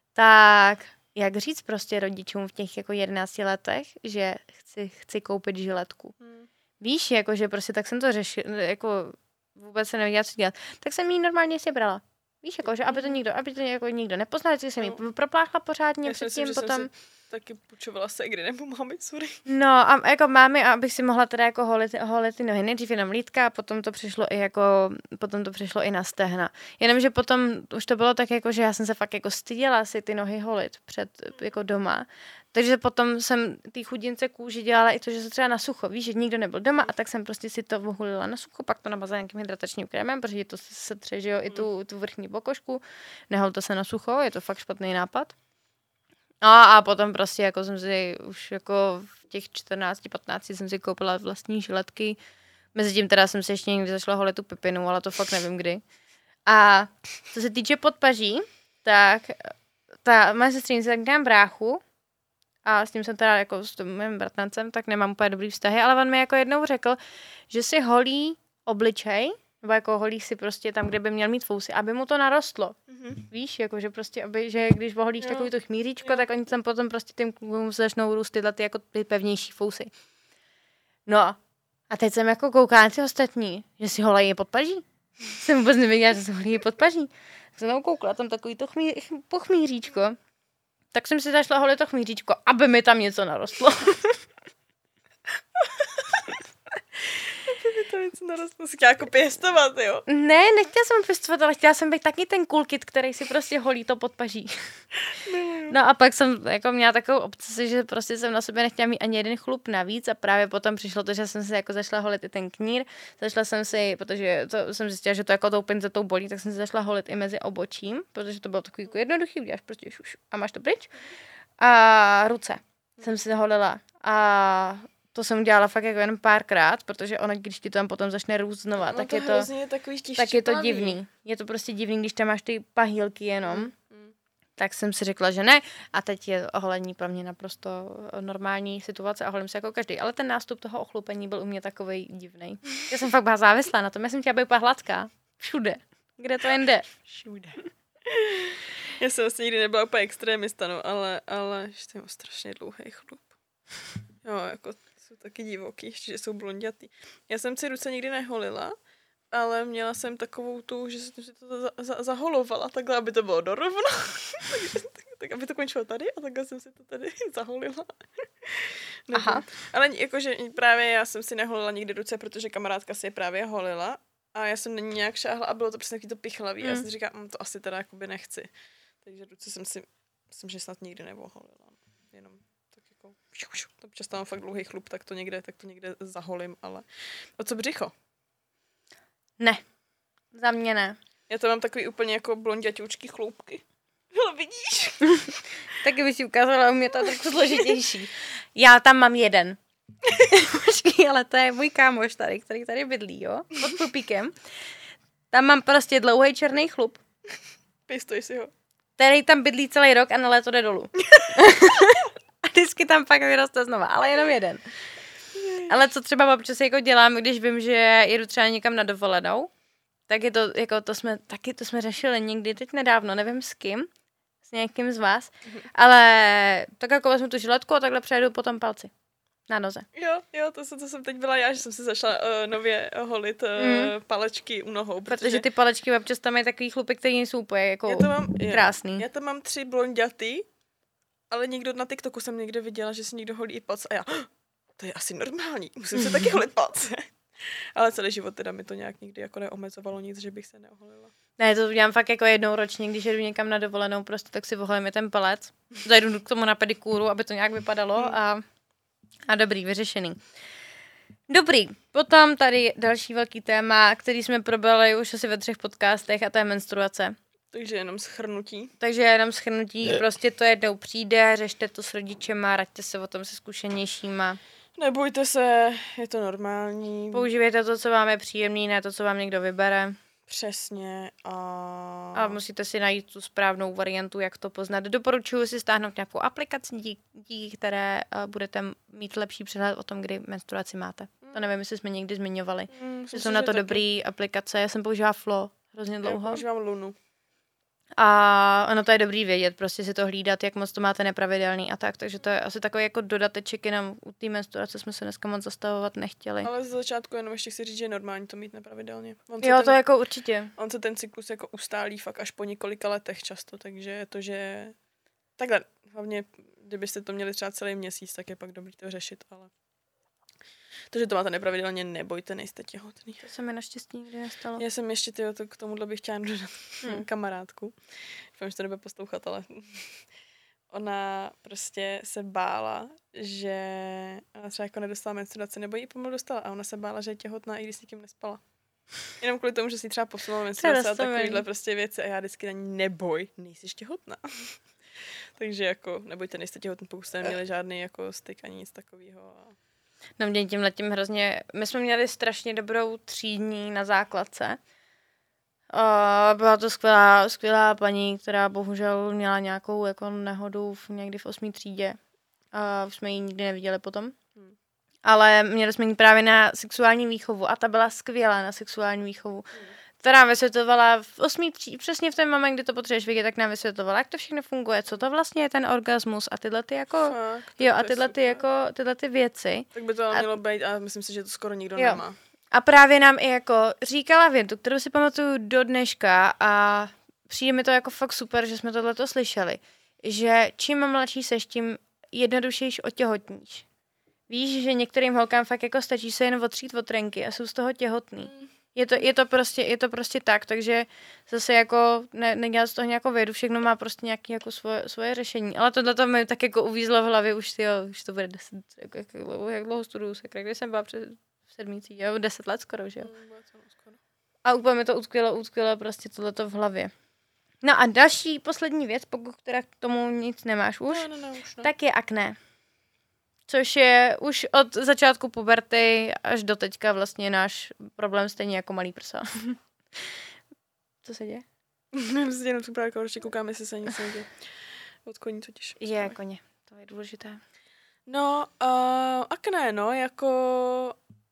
tak jak říct prostě rodičům v těch jako jedenácti letech, že chci, chci koupit žiletku. Hmm. Víš, jako, že prostě tak jsem to řešila, jako vůbec se nevěděla, co dělat. Tak jsem jí normálně si brala. Víš, jako, že aby to nikdo, aby to jako nikdo nepoznal, vždycky jsem jí no. propláchla pořádně, předtím potom... Jsem taky půjčovala segry, nebo mámy, sorry. No a jako mámy, abych si mohla teda jako holit, holit ty nohy, nejdřív jenom lítka a potom to přišlo i jako, potom to přišlo i na stehna. Jenomže potom už to bylo tak jako, že já jsem se fakt jako styděla si ty nohy holit před, jako doma. Takže potom jsem ty chudince kůži dělala i to, že se třeba na sucho, víš, že nikdo nebyl doma a tak jsem prostě si to vohulila na sucho, pak to namazala nějakým hydratačním krémem, protože to se tře, že jo, i tu, tu vrchní pokožku, nehol to se na sucho, je to fakt špatný nápad. No a potom prostě jako jsem si už jako v těch čtrnácti patnácti jsem si koupila vlastní žiletky. Mezitím teda jsem si ještě někdy zašla holit tu pipinu, ale to fakt nevím kdy. A co se týče podpaží, tak ta moje sestřenice tak dám bráchu a s tím jsem teda jako s mým bratrancem, tak nemám úplně dobrý vztahy, ale on mi jako jednou řekl, že si holí obličej, nebo jako holí si prostě tam, kde by měl mít fousy, aby mu to narostlo. Mm-hmm. Víš, jako že prostě, aby, že když oholíš takový to chmíříčko, jo. tak oni tam potom prostě tím klukům začnou růst tyhle ty jako ty pevnější fousy. No a teď jsem jako koukala na ty ostatní, že si holají podpaží. Jsem vůbec nevěděla, že si holí podpaží. Tak jsem tam koukala, tam takový to chmí, pochmíříčko. tak jsem si zašla holit to chmíříčko, aby mi tam něco narostlo. Aby mi tam něco narostlo. Jsi chtěla jako pěstovat, jo? Ne, nechtěla jsem pěstovat, ale chtěla jsem být taky ten cool kid, který si prostě holí to podpaží. No a pak jsem jako měla takovou obsesi, že prostě jsem na sobě nechtěla mít ani jeden chlup navíc a právě potom přišlo to, že jsem si jako zašla holit i ten knír. Zašla jsem si, protože to jsem zjistila, že to jako tou pincetou bolí, tak jsem si zašla holit i mezi obočím, protože to bylo takový jako jednoduchý, uděláš prostě šuš a máš to pryč. A ruce jsem si holila a to jsem udělala fakt jako jen párkrát, protože ono, když ti to tam potom začne růst znova, no tak, to je to, tak je to divný. Je to prostě divný, když tam máš ty pahýlky jenom. Mm, mm. Tak jsem si řekla, že ne. A teď je oholení pro mě naprosto normální situace a holím se jako každý. Ale ten nástup toho ochlupení byl u mě takovej divnej. Já jsem fakt byla závislá na tom. Já jsem chtěla být úplně hladká. Všude. Kde to jen jde. Všude. Já jsem vlastně nikdy nebyla úplně extrémista, no, ale, ale ještě mám strašně dlouhý chlup. Jo, jako jsou taky divoký, ještě, že jsou blondětý. Já jsem si ruce nikdy neholila, ale měla jsem takovou tu, že jsem si to za, za, zaholovala takhle, aby to bylo dorovno. Takže, tak, tak, aby to končilo tady a takhle jsem si to tady zaholila. Aha. Ale jakože právě já jsem si neholila nikdy ruce, protože kamarádka si je právě holila a já jsem na ní nějak šáhla a bylo to přesně taky to pichlavý. Mm. A já jsem si říkala, mm, to asi teda jakoby nechci. Takže ruce jsem si, myslím, že snad nikdy nevoholila. Jenom občas tam mám fakt dlouhý chlup, tak to někde, tak to někde zaholím, ale o co břicho? Ne, za mě ne. Já to mám takový úplně jako blonděťoučký chloupky. Ale vidíš? Taky bych si ukázala, u mě to je trochu složitější. Já tam mám jeden. Počkej, ale to je můj kámoš tady, který tady bydlí, jo? Pod pupíkem. Tam mám prostě dlouhý černý chlup. Pěstoj si ho. Který tam bydlí celý rok a na léto jde dolů. A vždycky tam pak vyroste znova, ale jenom jeden. Ale co třeba občas jako dělám, když vím, že jedu třeba někam na dovolenou, tak je to, jako to jsme, taky to jsme řešili někdy teď nedávno, nevím s kým, s někým z vás, mm-hmm. ale tak jako vezmu tu žiletku a takhle přejdu potom palci na noze. Jo, jo, to, to jsem teď byla já, že jsem si zašla uh, nově holit uh, mm. palečky u nohou. Protože... protože ty palečky občas tam mají takový chlupy, který nejsou úplně jako já to mám, krásný. Já tam mám tři blonďaty, ale někdo na TikToku jsem někde viděla, že si někdo holí i palce a já, to je asi normální, musím se taky holit palce. Ale celý život teda mi to nějak nikdy jako neomezovalo nic, že bych se neoholila. Ne, to dělám fakt jako jednou ročně, když jedu někam na dovolenou, prostě tak si oholím ten palec, zajdu k tomu na pedikúru, aby to nějak vypadalo hmm. a, a dobrý, vyřešený. Dobrý, potom tady další velký téma, který jsme probrali už asi ve třech podcastech a to je menstruace. Takže jenom shrnutí. Takže jenom shrnutí, je. Prostě to jednou přijde, řešte to s rodičema, raďte se o tom se zkušenějšíma. Nebojte se, je to normální. Používejte to, co vám je příjemný, ne to, co vám někdo vybere. Přesně. A... a musíte si najít tu správnou variantu, jak to poznat. Doporučuji si stáhnout nějakou aplikaci, díky, díky které uh, budete mít lepší přehled o tom, kdy menstruaci máte. Mm. To nevím, jestli jsme někdy zmiňovali. Mm, že jsou na to taky dobrý aplikace. Já jsem používala Flo hrozně dlouho. Já používám Lunu. A ono to je dobrý vědět, prostě si to hlídat, jak moc to máte nepravidelný a tak, takže to je asi takový jako dodateček, jenom u té menstruace jsme se dneska moc zastavovat nechtěli. Ale z začátku jenom ještě chci říct, že je normální to mít nepravidelně. On jo, ten, to jako určitě. On se ten cyklus jako ustálí fakt až po několika letech často, takže to, že takhle, hlavně kdybyste to měli třeba celý měsíc, tak je pak dobrý to řešit, ale to, že to máte nepravidelně, nebojte, nejste těhotný. To se mi naštěstí nikdy nestalo. Já jsem ještě tyjo, to, k tomuhle bych chtěla dodat hmm. kamarádku. Doufám, že to nebude poslouchat, ale ona prostě se bála, že ona třeba jako nedostala menstruaci, nebo ji pomalu dostala a ona se bála, že je těhotná, i když s nikým nespala. Jenom kvůli tomu, že si třeba posunula menstruaci a takovýhle prostě věci a já vždycky na ní neboj, nejsi těhotná. Takže jako nebojte, nejste těhotný, pokud jste neměli žádný jako styk ani nic takového. A... No mě tímhletím hrozně, my jsme měli strašně dobrou třídní na základce. Uh, byla to skvělá, skvělá paní, která bohužel měla nějakou jako nehodu v, někdy v osmý třídě. Uh, jsme ji nikdy neviděli potom. Hmm. Ale měli jsme ji právě na sexuální výchovu a ta byla skvělá na sexuální výchovu. Hmm. Která vysvětlovala v osmý třídě, přesně v ten moment, kdy to potřebuješ vědět, tak nám vysvětlovala, jak to všechno funguje, co to vlastně je ten orgasmus a tyhle ty jako, fakt, jo, a tyhle ty jako, tyhle ty věci. Tak by to ale mělo být a myslím si, že to skoro nikdo jo. nemá. A právě nám i jako říkala větu, kterou si pamatuju do dneška a přijde mi to jako fakt super, že jsme tohleto slyšeli, že čím mladší seš, tím jednodušejš otěhotníš. Víš, že některým holkám fakt jako stačí se jen otřít od trenky a jsou z toho těhotný. Je to, je to, prostě, je to prostě tak, takže zase jako ne, nedělat z toho nějakou vědu, všechno má prostě nějaké jako svoje, svoje řešení. Ale tohle to mi tak jako uvízlo v hlavě, už, tyjo, už to bude deset, jak, jak, jak dlouho studuju sekre, když jsem byla před sedmící, jo, deset let skoro, že jo. A úplně mi to utkvělo, utkvělo prostě tohleto v hlavě. No a další, poslední věc, pokud teda k tomu nic nemáš už, no, no, no, už no. tak je akné. Což je už od začátku puberty až do teďka vlastně náš problém stejně jako malý prsa. Co se děje? Já si jenom tu právě ještě koukám, jestli se nic neděje. Od koní totiž. Je koně, to je důležité. No, uh, akné, no, jako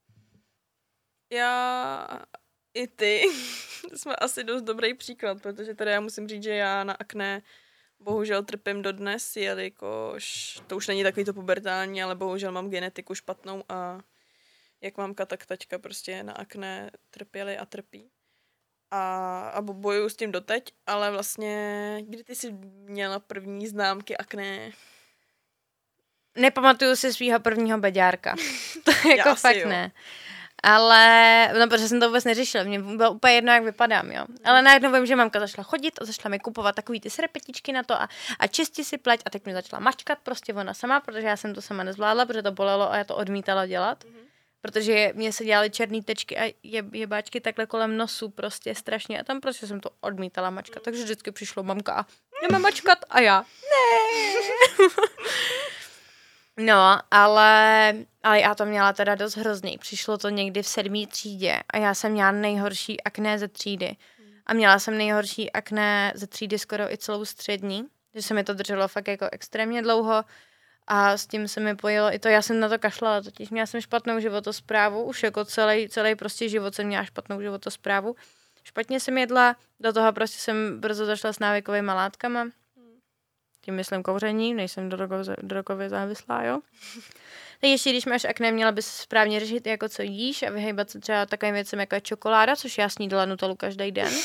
já i ty jsme asi dost dobrý příklad, protože tady já musím říct, že já na akné bohužel trpím dodnes, jelikož to už není takový to pubertální, ale bohužel mám genetiku špatnou a jak mamka, tak taťka prostě na akné trpěli a trpí. A, a bojuju s tím doteď, ale vlastně, kdy ty jsi měla první známky akné? Nepamatuju si svýho prvního beďárka. To jako Já fakt jo. ne. Ale, no protože jsem to vůbec neřešila, mě bylo úplně jedno, jak vypadám, jo. Ale najednou vím, že mamka začala chodit a začala mi kupovat takový ty srpetičky na to a, a čistit si pleť a teď mi začala mačkat prostě ona sama, protože já jsem to sama nezvládla, protože to bolelo a já to odmítala dělat. Mm-hmm. Protože mě se dělaly černý tečky a je, jebáčky takhle kolem nosu prostě strašně a tam prostě jsem to odmítala mačkat, mm. takže vždycky přišlo mamka a jdeme mačkat a já ne. No, ale, ale já to měla teda dost hrozný. Přišlo to někdy v sedmý třídě a já jsem měla nejhorší akné ze třídy. A měla jsem nejhorší akné ze třídy skoro i celou střední, že se mi to drželo fakt jako extrémně dlouho a s tím se mi pojilo i to, já jsem na to kašlala, totiž měla jsem špatnou životosprávu, už jako celý, celý prostě život jsem měla špatnou životosprávu. Špatně jsem jedla, do toho prostě jsem brzo zašla s návykovými látkama. Tím myslím kouření, nejsem drogově závislá, jo. Tak ještě když máš akné, měla bys správně řešit, jako co jíš a vyhejbat se třeba takovým věcem, jako je čokoláda, což já snídala Nutellu každý den.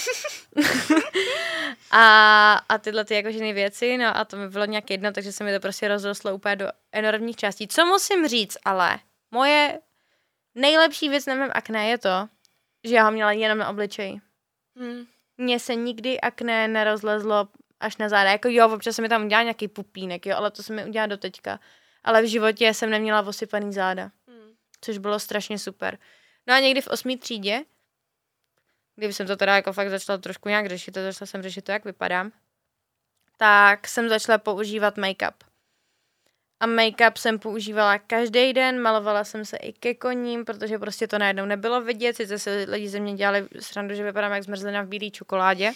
a, a tyhle ty jako ženy věci, no a to mi bylo nějak jedno, takže se mi to prostě rozrostlo úplně do enormních částí. Co musím říct, ale moje nejlepší věc na mém akné je to, že já ho měla jenom na obličeji. Hmm. Mně se nikdy akné nerozlezlo až na záda. Jako jo, občas se mi tam udělá nějaký pupínek, jo, ale to se mi udělá do teďka. Ale v životě jsem neměla osypaný záda. Hmm. Což bylo strašně super. No a někdy v osmý třídě, kdyby jsem to teda jako fakt začala trošku nějak řešit, to začala jsem řešit to, jak vypadám, tak jsem začala používat make-up. A make-up jsem používala každý den, malovala jsem se i ke koním, protože prostě to najednou nebylo vidět, sice se lidi ze mě dělali srandu, že vypadám jak zmrzlina v bílé čokoládě.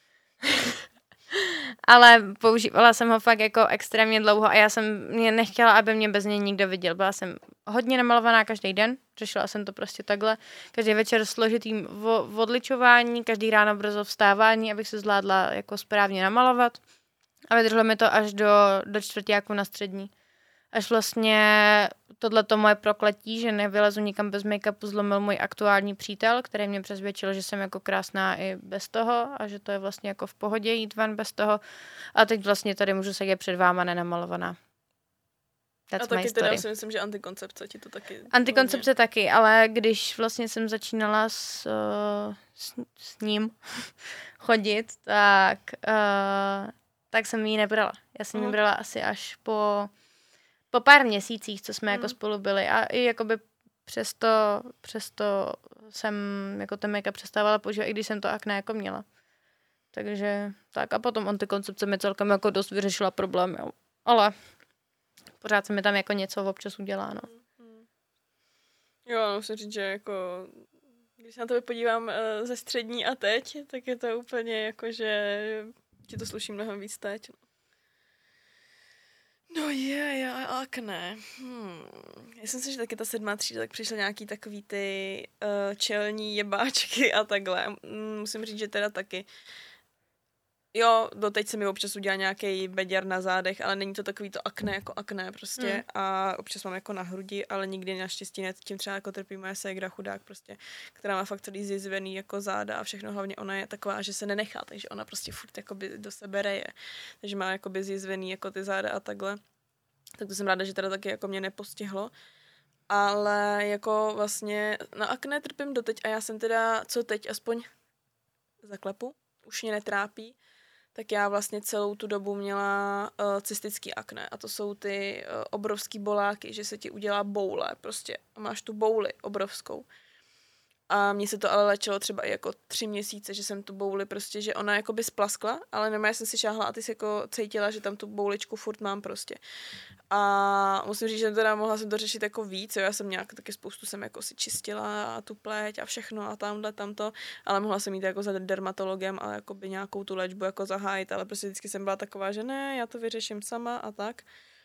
Ale používala jsem ho fakt jako extrémně dlouho a já jsem mě nechtěla, aby mě bez něj nikdo viděl. Byla jsem hodně namalovaná každý den, řešila jsem to prostě takhle. Každý večer složitým vo- odličování, každý ráno brzo vstávání, abych se zvládla jako správně namalovat. A vydrželo mi to až do, do čtvrťáku na střední. Až vlastně tohleto moje prokletí, že nevylezu nikam bez make-upu, zlomil můj aktuální přítel, který mě přesvědčil, že jsem jako krásná i bez toho a že to je vlastně jako v pohodě jít ven bez toho. A teď vlastně tady můžu sedět před váma nenamalovaná. That's a taky my teda story. si myslím, že antikoncepce ti to taky... Antikoncepce hodně. Taky, ale když vlastně jsem začínala s, s, s ním chodit, tak, uh, tak jsem ji nebrala. Já jsem ji brala asi až po... Po pár měsících, co jsme mm. jako spolu byli a i jakoby přesto, přesto jsem jako ten make-up přestávala používat, i když jsem to akné jako měla. Takže tak a potom antikoncepce mi celkem jako dost vyřešila problém, jo. Ale pořád se mi tam jako něco občas udělá, no. Mm. Jo, musím říct, že jako když se na to podívám uh, ze střední a teď, tak je to úplně jako, že ti to sluší mnohem víc teď, no. No je, já akné. Hmm. Já jsem si, že taky ta sedmá třída, tak přišly nějaký takový ty uh, čelní jebáčky a takhle. Musím říct, že teda taky. Jo, doteď se mi občas udělá nějaký beďar na zádech, ale není to takový to akné jako akné prostě mm. a občas mám jako na hrudi, ale nikdy naštěstí ne, tím třeba jako trpí moje ségra chudák prostě, která má fakt celý zjizvený jako záda a všechno, hlavně ona je taková, že se nenechá, takže ona prostě furt jakoby do sebe reje, takže má jakoby zjizvený jako ty záda a takhle, tak to jsem ráda, že teda taky jako mě nepostihlo. Ale jako vlastně na akné trpím doteď a já jsem teda, co teď aspoň zaklepu, už mě netrápí, tak já vlastně celou tu dobu měla uh, cystický akné a to jsou ty uh, obrovský boláky, že se ti udělá boule prostě a máš tu bouli obrovskou. A mně se to ale léčilo třeba i jako tři měsíce, že jsem tu bouli prostě, že ona jako by splaskla, ale normálně jsem si šáhla a ty jsi jako cítila, že tam tu bouličku furt mám prostě. A musím říct, že teda mohla jsem to řešit jako víc, jo, já jsem nějak taky spoustu jsem jako si čistila a tu pleť a všechno a tamhle, tamto, ale mohla jsem jít jako za dermatologem a jako by nějakou tu léčbu jako zahájit, ale prostě vždycky jsem byla taková, že ne, já to vyřeším sama a tak.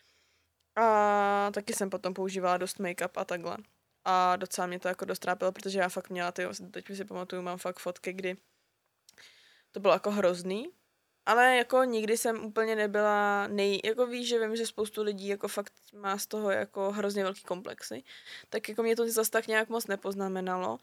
A taky jsem potom používala dost make-up a takhle. A docela mě to jako dost trápilo, protože já fakt měla ty, teď si pamatuju, mám fakt fotky, kdy to bylo jako hrozný, ale jako nikdy jsem úplně nebyla nej, jako víš, že vím, že spoustu lidí jako fakt má z toho jako hrozně velký komplexy, tak jako mě to zase tak nějak moc nepoznamenalo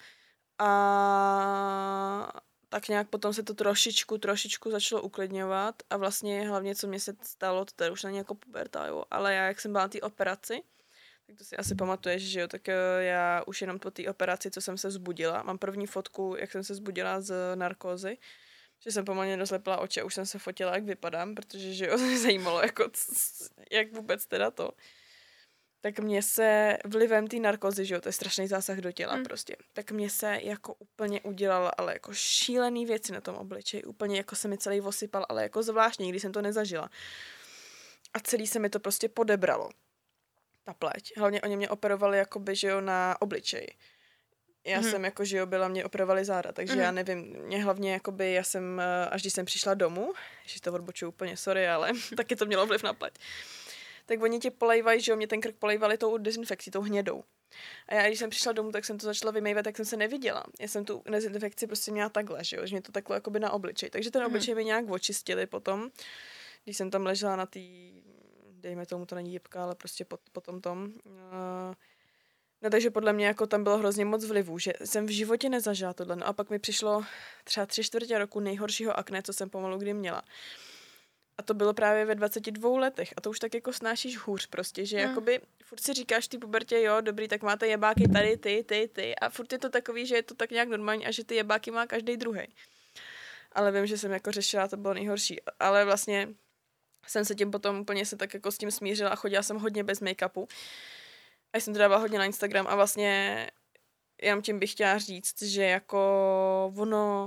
a tak nějak potom se to trošičku, trošičku začalo uklidňovat a vlastně hlavně, co mě se stalo, to tady už není jako puberta, jo, ale já, jak jsem byla na té operaci, tak to si asi pamatuješ, že jo, tak já už jenom po té operaci, co jsem se zbudila, mám první fotku, jak jsem se zbudila z narkózy, že jsem pomalně dozlepila oči a už jsem se fotila, jak vypadám, protože, že jo, mě zajímalo, jako, jak vůbec teda to. Tak mě se vlivem té narkózy, že jo, to je strašný zásah do těla mm. prostě, tak mě se jako úplně udělala, ale jako šílený věci na tom obličeji, úplně jako se mi celý osypal, ale jako zvláštně, když jsem to nezažila. A celý se mi to prostě podebralo. Ta pleť. Hlavně oni mě operovali jakoby, že jo, na obličeji. Já mm. jsem jako, že jo, byla, mě operovali záda, takže mm. já nevím, mě hlavně jakoby, já jsem, až když jsem přišla domů, že to odbočuju úplně, sorry, ale taky to mělo vliv na pleť. Tak oni tě polejvají, že jo, mě ten krk polejvali tou dezinfekcí, tou hnědou. A já, když jsem přišla domů, tak jsem to začala vymývat, tak jsem se neviděla. Já jsem tu dezinfekci prostě měla takhle, že jo, že mě to takhle jakoby na obličej. Takže ten mm. obličej mi nějak očistili potom, když jsem tam ležela na té, dejme tomu, to není jibka, ale prostě po, potom tom. Uh, no takže podle mě jako tam bylo hrozně moc vlivů, že jsem v životě nezažila tohle. No a pak mi přišlo třeba tři čtvrtě roku nejhoršího akné, co jsem pomalu kdy měla. A to bylo právě ve dvaceti dvou letech. A to už tak jako snášíš hůř prostě, že hmm. jakoby furt si říkáš v té pubertě, jo, dobrý, tak máte jebáky tady, ty, ty, ty. A furt je to takový, že je to tak nějak normální a že ty jebáky má každý druhý. Ale vím, že jsem jako řešila, to bylo nejhorší. Ale vlastně jsem se tím potom úplně se tak jako s tím smířila a chodila jsem hodně bez make-upu. A jsem to dávala hodně na Instagram a vlastně jenom tím bych chtěla říct, že jako ono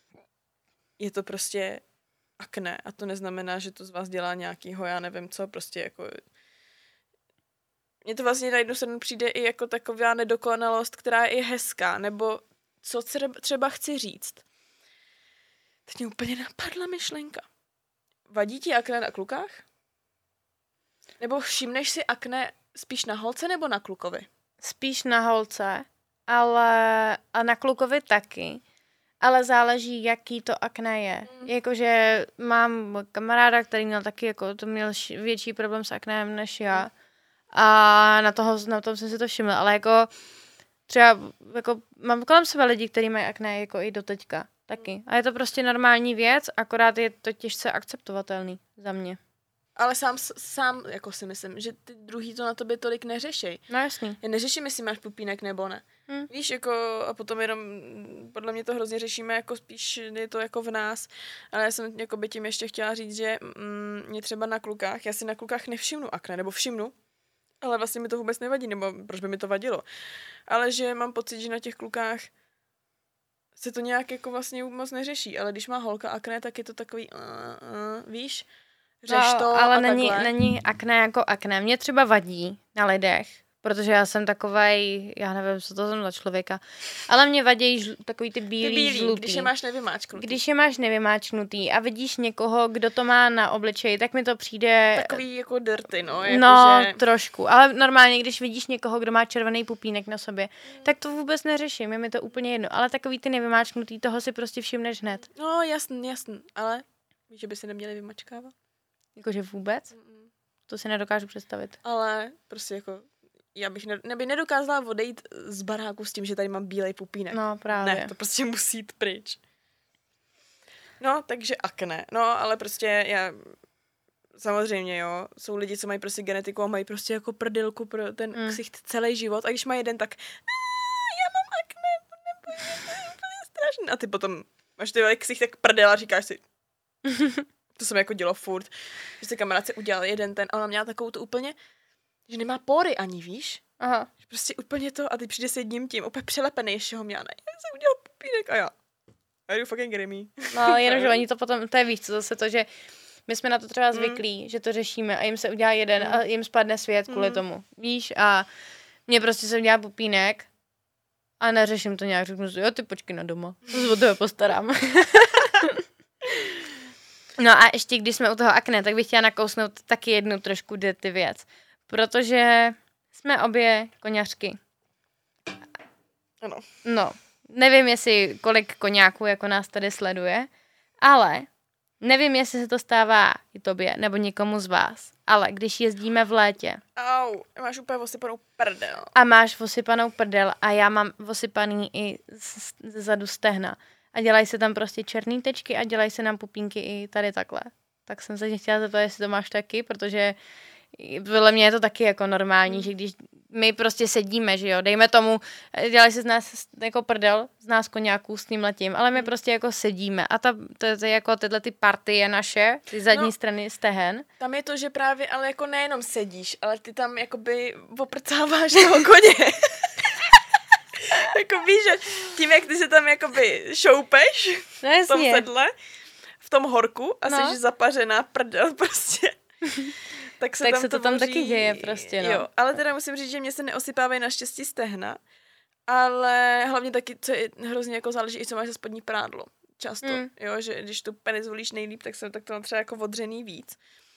je to prostě akné a to neznamená, že to z vás dělá nějakýho, já nevím co, prostě jako mně to vlastně na jednu stranu přijde i jako taková nedokonalost, která je hezká, nebo co třeba chci říct. Teď mě úplně napadla myšlenka. Vadí ti akné na klukách? Nebo všimneš si akné spíš na holce nebo na klukovi? Spíš na holce, ale a na klukovi taky. Ale záleží, jaký to akné je. Mm. Jakože mám kamaráda, který měl taky, jako to měl větší problém s akném než já. Mm. A na, toho, na tom jsem si to všimla. Ale jako třeba jako, mám kolem sebe lidi, kteří mají akné jako i doteďka. Taky. Mm. A je to prostě normální věc, akorát je to těžce akceptovatelný za mě. Ale sám, sám jako si myslím, že ty druhý to na tobě tolik neřešej. No jasný. Já neřeším, jestli máš pupínek nebo ne. Hmm. Víš, jako a potom jenom, podle mě to hrozně řešíme, jako spíš je to jako v nás. Ale já jsem jako by tím ještě chtěla říct, že mm, mě třeba na klukách, já si na klukách nevšimnu akné, nebo všimnu, ale vlastně mi to vůbec nevadí, nebo proč by mi to vadilo. Ale že mám pocit, že na těch klukách se to nějak jako vlastně moc neřeší, ale když má holka akné, tak je to takový, uh, uh, víš, řeš to no, ale a není, takhle. není akné jako akné. Mě třeba vadí na lidech, protože já jsem takovej, já nevím, co to jsem za člověka, ale mě vadí žl, takový ty bílý, ty bílý, žlutý. Když je máš nevymáčknutý. Když je máš nevymáčknutý a vidíš někoho, kdo to má na obličeji, tak mi to přijde... Takový jako dirty, no. Jako no, že... trošku. Ale normálně, když vidíš někoho, kdo má červený pupínek na sobě, hmm. tak to vůbec neřeším, je mi to úplně jedno. Ale takový ty nevymáčknutý, toho si prostě všimneš hned. No, jasný, jasný, ale Víš, že by si neměli vymačkávat? Jakože vůbec? Mm-mm. To si nedokážu představit. Ale prostě jako, já bych ne, neby nedokázala odejít z baráku s tím, že tady mám bílej pupínek. No, právě. Ne, to prostě musí jít pryč. No, takže akné. No, ale prostě já... Samozřejmě, jo. Jsou lidi, co mají prostě genetiku a mají prostě jako prdilku pro ten mm. ksicht celý život. A když má jeden, tak já mám akné, neboj, to je úplně strašný. A ty potom máš ty ksicht tak prdel a říkáš si, to jsem jako dělo furt, že se kamarádce udělal jeden ten a ona měla takovou to úplně, že nemá pory ani, víš? Aha. Že prostě úplně to a ty přijde s jedním tím, úplně přelepený, ještě ho měla. Ne, já jsem udělal pupínek a já. Are you fucking kidding me? No, jenom, že oni to potom, to je víc, co zase to, že my jsme na to třeba zvyklí, mm. že to řešíme a jim se udělá jeden mm. a jim spadne svět kvůli mm. tomu. Víš? A mně prostě se udělá pupínek a neřeším to nějak. Řeknu si, jo, ty počkej na doma. O toho postarám. No a ještě, když jsme u toho akné, tak bych chtěla nakousnout taky jednu trošku dirty věc. Protože jsme obě koňařky. Ano. No, nevím, jestli kolik koňáků jako nás tady sleduje, ale nevím, jestli se to stává i tobě, nebo někomu z vás, ale když jezdíme v létě. Au, máš úplně osypanou prdel. A máš osypanou prdel a já mám osypaný i ze zadu stehna. A dělají se tam prostě černý tečky a dělají se nám pupínky i tady takhle. Tak jsem se chtěla zeptat, jestli to máš taky, protože podle mě je to taky jako normální, mm. že když my prostě sedíme, že jo, dejme tomu, dělají se z nás jako prdel, z nás koňáků s tím letím, ale my prostě jako sedíme a ta, to, to je jako tyhle ty partie naše, ty zadní no, strany stehen. Tam je to, že právě, ale jako nejenom sedíš, ale ty tam jakoby oprcáváš toho koně. Jako víš, že tím, jak ty se tam jakoby šoupeš no, v tom sedle, v tom horku a no. jsi zapařená prdel prostě. Tak se, tak tam, se to, to tam moří... taky děje prostě, no. Jo, ale teda musím říct, že mě se neosypávají naštěstí stehna, ale hlavně taky, co je hrozně jako záleží, i co máš za spodní prádlo. Často, mm. jo, že když tu penis volíš nejlíp, tak se tak to třeba jako odřený víc.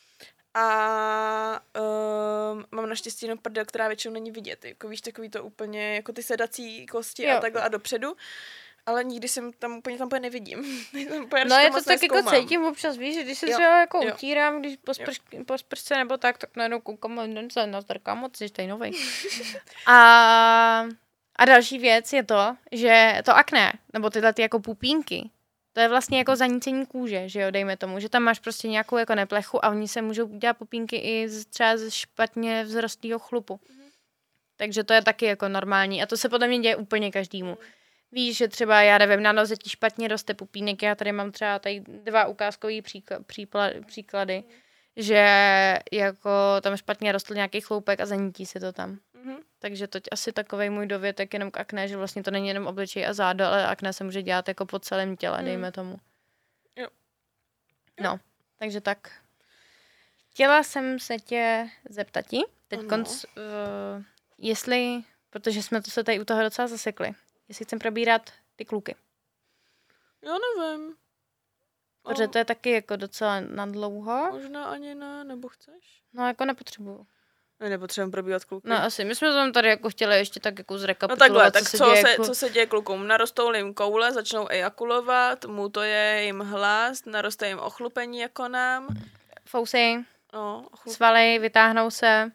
A um, mám naštěstí jenom prdel, která většinou není vidět. Jako víš, takový to úplně, jako ty sedací kosti jo. a takhle a dopředu. Ale nikdy jsem tam úplně, tam úplně nevidím. úplně, no je to tak jako cítím občas, víš, že když se třeba jako jo. utírám, když po, sprš, po spršce nebo tak, tak najednou koukám, den se nazdrkám moc, jsi tady novej. a, a další věc je to, že to akné, nebo tyhle ty jako pupínky, to je vlastně jako zanícení kůže, že jo, dejme tomu, že tam máš prostě nějakou jako neplechu a oni se můžou dělat pupínky i z, třeba ze špatně vzrostlého chlupu. Mm. Takže to je taky jako normální a to se podle mě děje úplně každému. Mm. Víš, že třeba, já nevím, na noze ti špatně roste pupínek, já tady mám třeba tady dva ukázkový příklady, příklady, mm. že jako tam špatně rostl nějaký chloupek a zanítí se to tam. Mm. Takže to asi takovej můj dovětek jenom k akné, že vlastně to není jenom obličej a záda, ale akné se může dělat jako po celém těle, mm. dejme tomu. Jo. No, takže tak. Chtěla jsem se tě zeptat, teď konc, uh, jestli, protože jsme to se tady u toho docela zasekli, jestli chcem probírat ty kluky. Já nevím. Protože to je taky jako docela nadlouho. Možná ani ne, nebo chceš? No jako nepotřebuju. Ne, nepotřebujeme probírat kluky. No asi, my jsme tam tady jako chtěli ještě tak jako zrekapitulovat, no takhle, tak co, se, co, děje, se, jako... co se děje klukům? Narostou jim koule, začnou ejakulovat, mutuje jim hlas, naroste jim ochlupení jako nám. Fousy, no, ochlup... svaly, vytáhnou se.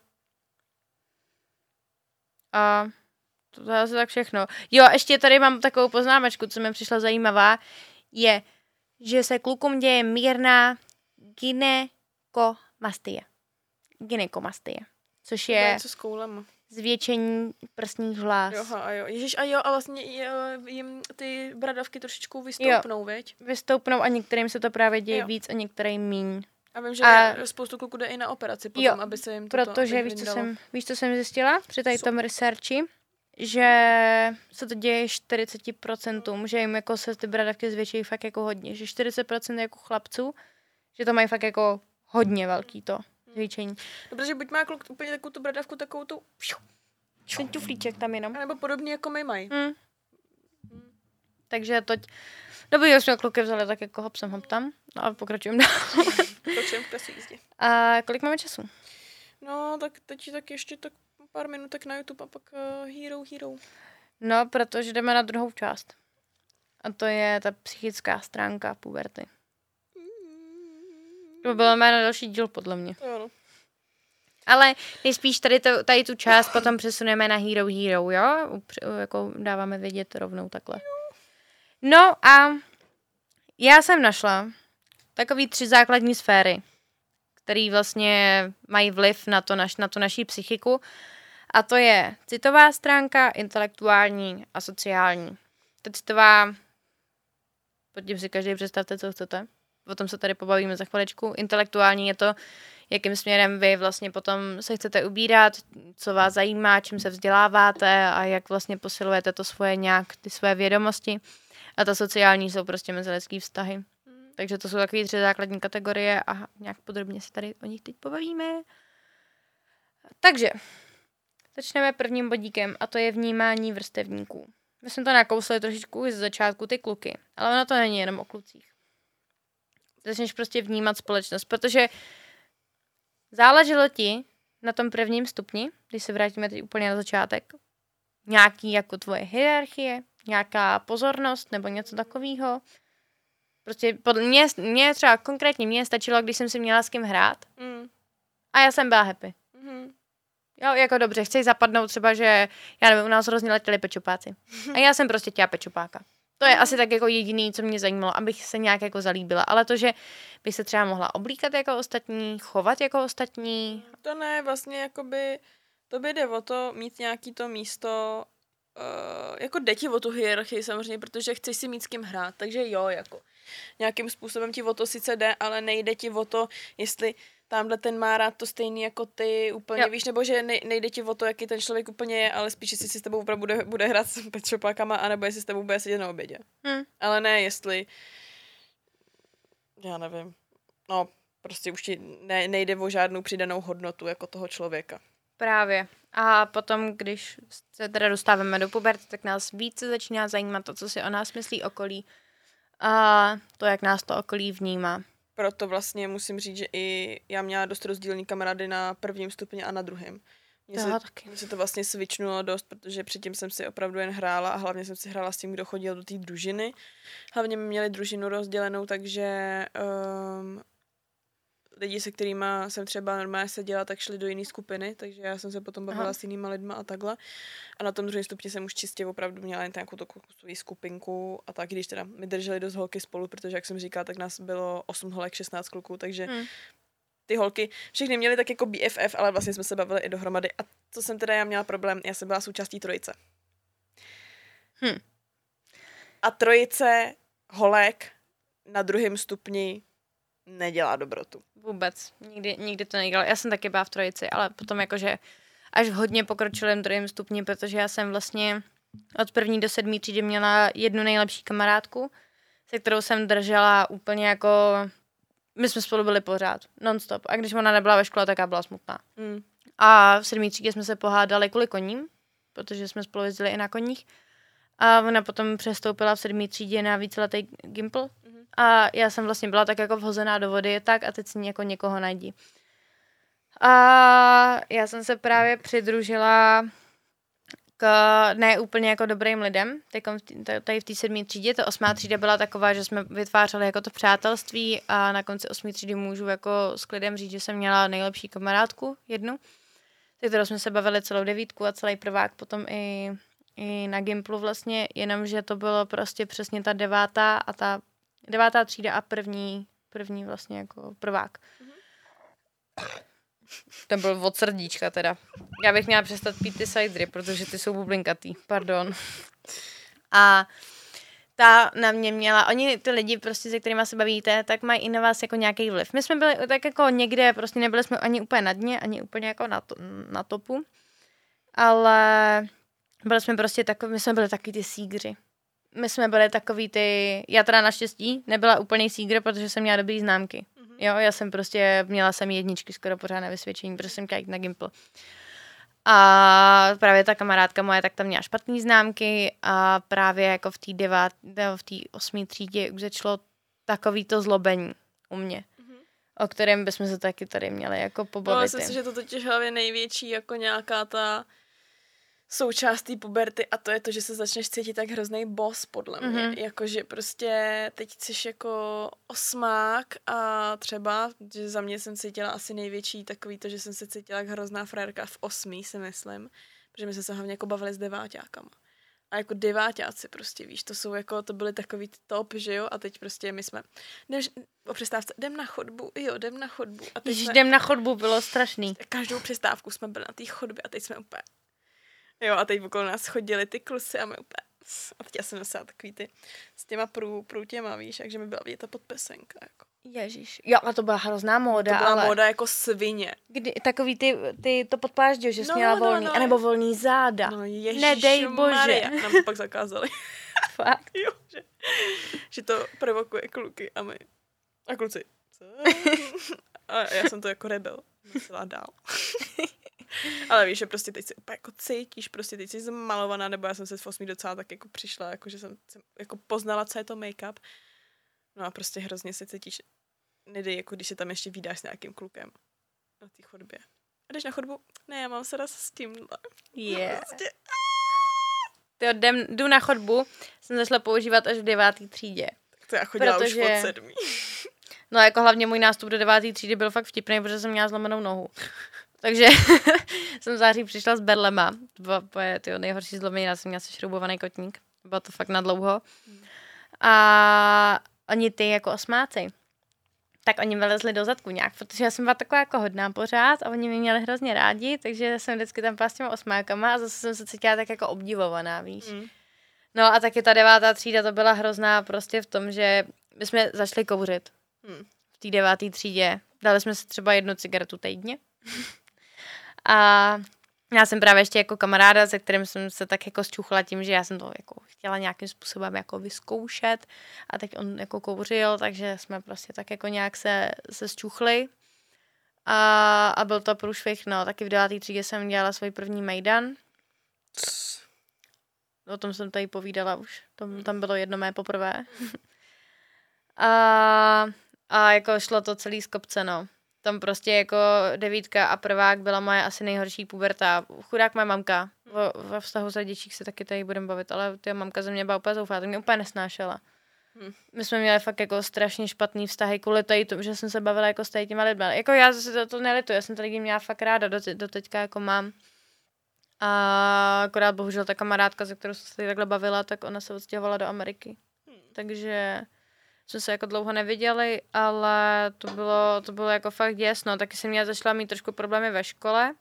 A to je asi tak všechno. Jo, ještě tady mám takovou poznámečku, co mi přišla zajímavá, je, že se klukům děje mírná gynekomastie. Gynekomastie. Což je co s koulema? Zvětšení prsních vlás. Jo, a jo. Ježiš, a jo, a vlastně jo, jim ty bradavky trošičku vystoupnou, veď? Vystoupnou a některým se to právě děje jo. víc a některým míň. A vím, že a... spoustu kluků jde i na operaci potom, jo, aby se jim toto protože víš, co jsem, víš, co jsem zjistila při tady tom researchi? Že se to děje čtyřicet procent, že jim jako se ty bradavky zvětší fakt jako hodně. Že čtyřicet procent jako chlapců, že to mají fakt jako hodně velký to zvětšení. No, protože buď má kluk úplně takovou tu bradavku, takovou tu... Ten tuflíček tam jenom. A nebo podobně jako my mají. Hmm. Hmm. Takže to... Dobrý, jsme kluky vzali tak jako hop sem, hop tam. No a pokračujeme dál. Pokračujeme v krasi jízdě. A kolik máme času? No, tak teď tak ještě tak pár minutek na YouTube a pak uh, Hero Hero. No, protože jdeme na druhou část. A to je ta psychická stránka puberty. To bylo mé na další díl, podle mě. Jo, no. Ale nejspíš tady, to, tady tu část potom přesuneme na Hero Hero, jo? Upř- jako dáváme vědět rovnou takhle. No a já jsem našla takový tři základní sféry, které vlastně mají vliv na, to naš, na tu naší psychiku. A to je citová stránka, intelektuální a sociální. Ta citová, pod tím si každý představte, co chcete. O tom se tady pobavíme za chviličku. Intelektuální je to, jakým směrem vy vlastně potom se chcete ubírat, co vás zajímá, čím se vzděláváte a jak vlastně posilujete to svoje nějak, ty své vědomosti. A ta sociální jsou prostě mezilidský vztahy. Mm. Takže to jsou takové tři základní kategorie a nějak podrobně se tady o nich teď pobavíme. Takže začneme prvním bodíkem a to je vnímání vrstevníků. My jsme to nakousli trošičku z začátku ty kluky, ale ono to není jenom o klucích. Začneš prostě vnímat společnost, protože záleželo ti na tom prvním stupni, když se vrátíme teď úplně na začátek, nějaký jako tvoje hierarchie, nějaká pozornost nebo něco takového. Prostě podle mě, mě třeba konkrétně mě stačilo, když jsem si měla s kým hrát mm. a já jsem byla happy. Mm. Jo, jako dobře, chci zapadnout třeba, že já nevím, u nás hrozně letěli pečopáci. A já jsem prostě chtěla pečopáka. To je asi tak jako jediný, co mě zajímalo, abych se nějak jako zalíbila. Ale to, že bych se třeba mohla oblíkat jako ostatní, chovat jako ostatní. To ne, vlastně jakoby, to by jde o to mít nějaký to místo, uh, jako jde ti o tu hierarchii samozřejmě, protože chceš si mít s kým hrát, takže jo, jako nějakým způsobem ti o to sice jde, ale nejde ti o to, jestli tamhle ten má rád to stejný jako ty úplně, jo. Víš, nebo že nejde ti o to, jaký ten člověk úplně je, ale spíš, jestli si s tebou opravdu bude, bude hrát s petšopákama, anebo jestli s tebou bude sedět na obědě. Hmm. Ale ne, jestli, já nevím, no, prostě už ti ne, nejde o žádnou přidanou hodnotu jako toho člověka. Právě. A potom, když se teda dostáváme do puberty, tak nás více začíná zajímat to, co si o nás myslí okolí a to, jak nás to okolí vnímá. Proto vlastně musím říct, že i já měla dost rozdílný kamarády na prvním stupni a na druhém. Mně se, mně se to vlastně switchnulo dost, protože předtím jsem si opravdu jen hrála a hlavně jsem si hrála s tím, kdo chodil do té družiny. Hlavně my měli družinu rozdělenou, takže um, lidi, se kterými jsem třeba normálně seděla, tak šli do jiné skupiny, takže já jsem se potom bavila Aha. s jinýma lidma a takhle. A na tom druhém stupni jsem už čistě opravdu měla jen nějakou takovou svou skupinku a tak, když teda my drželi dost holky spolu, protože jak jsem říkala, tak nás bylo osm holek, šestnáct kluků, takže hmm. ty holky všechny měly tak jako B F F, ale vlastně jsme se bavili i dohromady. A co jsem teda já měla problém, já jsem byla součástí trojice. Hmm. A trojice holek na druhém stupni nedělá dobrotu. Vůbec. Nikdy, nikdy to nedělala. Já jsem taky byla v trojici, ale potom jakože až v hodně pokročilém druhém stupni, protože já jsem vlastně od první do sedmý třídy měla jednu nejlepší kamarádku, se kterou jsem držela úplně jako... My jsme spolu byli pořád, non-stop. A když ona nebyla ve škole, tak já byla smutná. Mm. A v sedmý třídě jsme se pohádali kvůli koním, protože jsme spolu jezdili i na koních. A ona potom přestoupila v sedmý třídě na víceletý Gimpl. Mm-hmm. A já jsem vlastně byla tak jako vhozená do vody, tak a teď si jako někoho najdi. A já jsem se právě přidružila k ne úplně jako dobrým lidem, tady v té sedmé třídě. Ta osmá třída byla taková, že jsme vytvářeli jako to přátelství a na konci osmé třídy můžu jako s klidem říct, že jsem měla nejlepší kamarádku, jednu, se kterou jsme se bavili celou devítku a celý prvák potom i, i na Gimplu vlastně, jenomže to bylo prostě přesně ta devátá a ta devátá třída a první, první vlastně jako prvák. Mm-hmm. Ten byl od srdíčka teda. Já bych měla přestat pít ty cidery, protože ty jsou bublinkatý. Pardon. A ta na mě měla, oni ty lidi prostě, se kterými se bavíte, tak mají i na vás jako nějaký vliv. My jsme byli tak jako někde, prostě nebyli jsme ani úplně na dně, ani úplně jako na, to, na topu. Ale byli jsme prostě takový, my jsme byli takový ty sígři. My jsme byli takový ty, já teda naštěstí nebyla úplný sígr, protože jsem měla dobrý známky. Jo, já jsem prostě, měla jsem jedničky skoro pořád na vysvědčení, protože jsem chtěla jít na Gimpl. A právě ta kamarádka moje, tak tam měla špatný známky a právě jako v té devát, v té osmé třídě už začalo takový to zlobení u mě, mm-hmm. o kterém bychom se taky tady měli jako pobavit. No, myslím si, že to totiž hlavně největší jako nějaká ta součást té puberty a to je to, že se začneš cítit tak hrozný boss, podle mě. Mm-hmm. Jakože prostě teď jsi jako osmák a třeba, že za mě jsem cítila asi největší takový to, že jsem se cítila jak hrozná frérka v osmý, si myslím, protože my jsme se hlavně jako bavili s deváťákama. A jako deváťáci prostě, víš, to jsou jako, to byly takový top, že jo, a teď prostě my jsme, jdeš, o přestávce, jdem na chodbu, jo, jdem na chodbu. A teď Když jsme, jdem na chodbu, bylo strašný. Každou přestávku jsme byli na té chodbě a teď jsme úplně, jo, a teď okolo nás chodili ty klusy a my úplně, a teď já jsem nosila takový ty s těma prů, průtěma, víš, takže mi byla vidět ta podpesenka, jako. Ježíš. Jo, a to byla hrozná móda, To byla ale... móda jako svině. Kdy, takový ty, ty to podplážďo, že jsi No, měla no, volný, no. anebo volný záda. No ježiš, Nedej bože. Maria. Nám to pak zakázali. Fakt. Jo, že, že to provokuje kluky a my. A kluci. Co? A já jsem to jako rebel. Myslela dál. Ale víš, že prostě teď si úplně jako cítíš, prostě teď jsi zmalovaná, nebo já jsem se v osmi docela tak jako přišla, jako že jsem, jsem jako poznala, co je to make-up. No a prostě hrozně se cítíš, nedej, jako když se tam ještě vídáš s nějakým klukem na té chodbě. A jdeš na chodbu? Ne, já mám se raz s tímhle. Yeah. Prostě, Ty jdem, jdu na chodbu, jsem začala používat až v devátý třídě. tak to já chodila Protože... už od sedmý. No jako hlavně můj nástup do devátý třídy byl fakt vtipný, protože jsem měla zlomenou nohu. Takže jsem v září přišla s berlema. To bylo tyjo, nejhorší zlomení, já jsem měla se šroubovaný kotník. Bylo to fakt nadlouho. A oni ty jako osmáci, tak oni vylezli do zadku nějak, protože já jsem byla taková jako hodná pořád a oni mě měli hrozně rádi, takže jsem vždycky tam byla s těma osmákama a zase jsem se cítila tak jako obdivovaná, víš. Mm. No a taky ta devátá třída to byla hrozná prostě v tom, že my jsme začali kouřit mm. v té deváté třídě. Dali jsme si třeba jednu cigaretu týdně. A já jsem právě ještě jako kamaráda, se kterým jsem se tak jako zčuchla tím, že já jsem to jako chtěla nějakým způsobem jako vyzkoušet a teď on jako kouřil, takže jsme prostě tak jako nějak se, se zčuchli a, a byl to průšvih, no, taky v deváté třídě jsem dělala svůj první mejdan. O tom jsem tady povídala už, tam, tam bylo jedno mé poprvé. a, a jako šlo to celý z kopce, no. Tam prostě jako devítka a prvák byla moje asi nejhorší puberta. Chudák moje mamka. Ve vztahu s rodičích se taky tady budeme bavit, ale ta mamka ze mě byla úplně zoufalá, to mě úplně nesnášela. Hmm. My jsme měli fakt jako strašně špatný vztahy kvůli tady tomu, že jsem se bavila jako s tady těma lidmi. Jako já zase to, to nelituju, já jsem ty lidi měla fakt ráda, do, do teďka jako mám. A akorát bohužel ta kamarádka, se kterou jsem se tady takhle bavila, tak ona se odstěhovala do Ameriky. Hmm. Takže... jsme se jako dlouho neviděli, ale to bylo, to bylo jako fakt děsno. Taky jsem měla začala mít trošku problémy ve škole.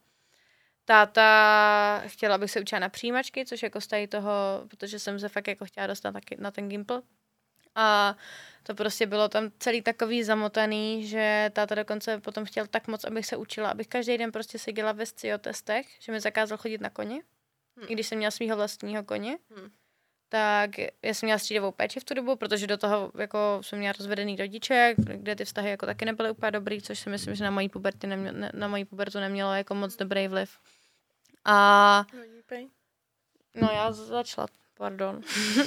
Táta chtěla, abych se učila na přijímačky, což jako stojí toho, protože jsem se fakt jako chtěla dostat taky na ten Gimple. A to prostě bylo tam celý takový zamotaný, že táta dokonce potom chtěl tak moc, abych se učila, abych každý den prostě seděla ve scio testech, že mi zakázal chodit na koně, hmm. i když jsem měla svýho vlastního koně. Hmm. Tak já jsem měla střídavou péči v tu dobu, protože do toho jako jsem měla rozvedený rodiče, kde ty vztahy jako taky nebyly úplně dobrý, což si myslím, že na mojí puberty nemě, ne, na mojí pubertu nemělo jako moc dobrý vliv. A no já začala, pardon.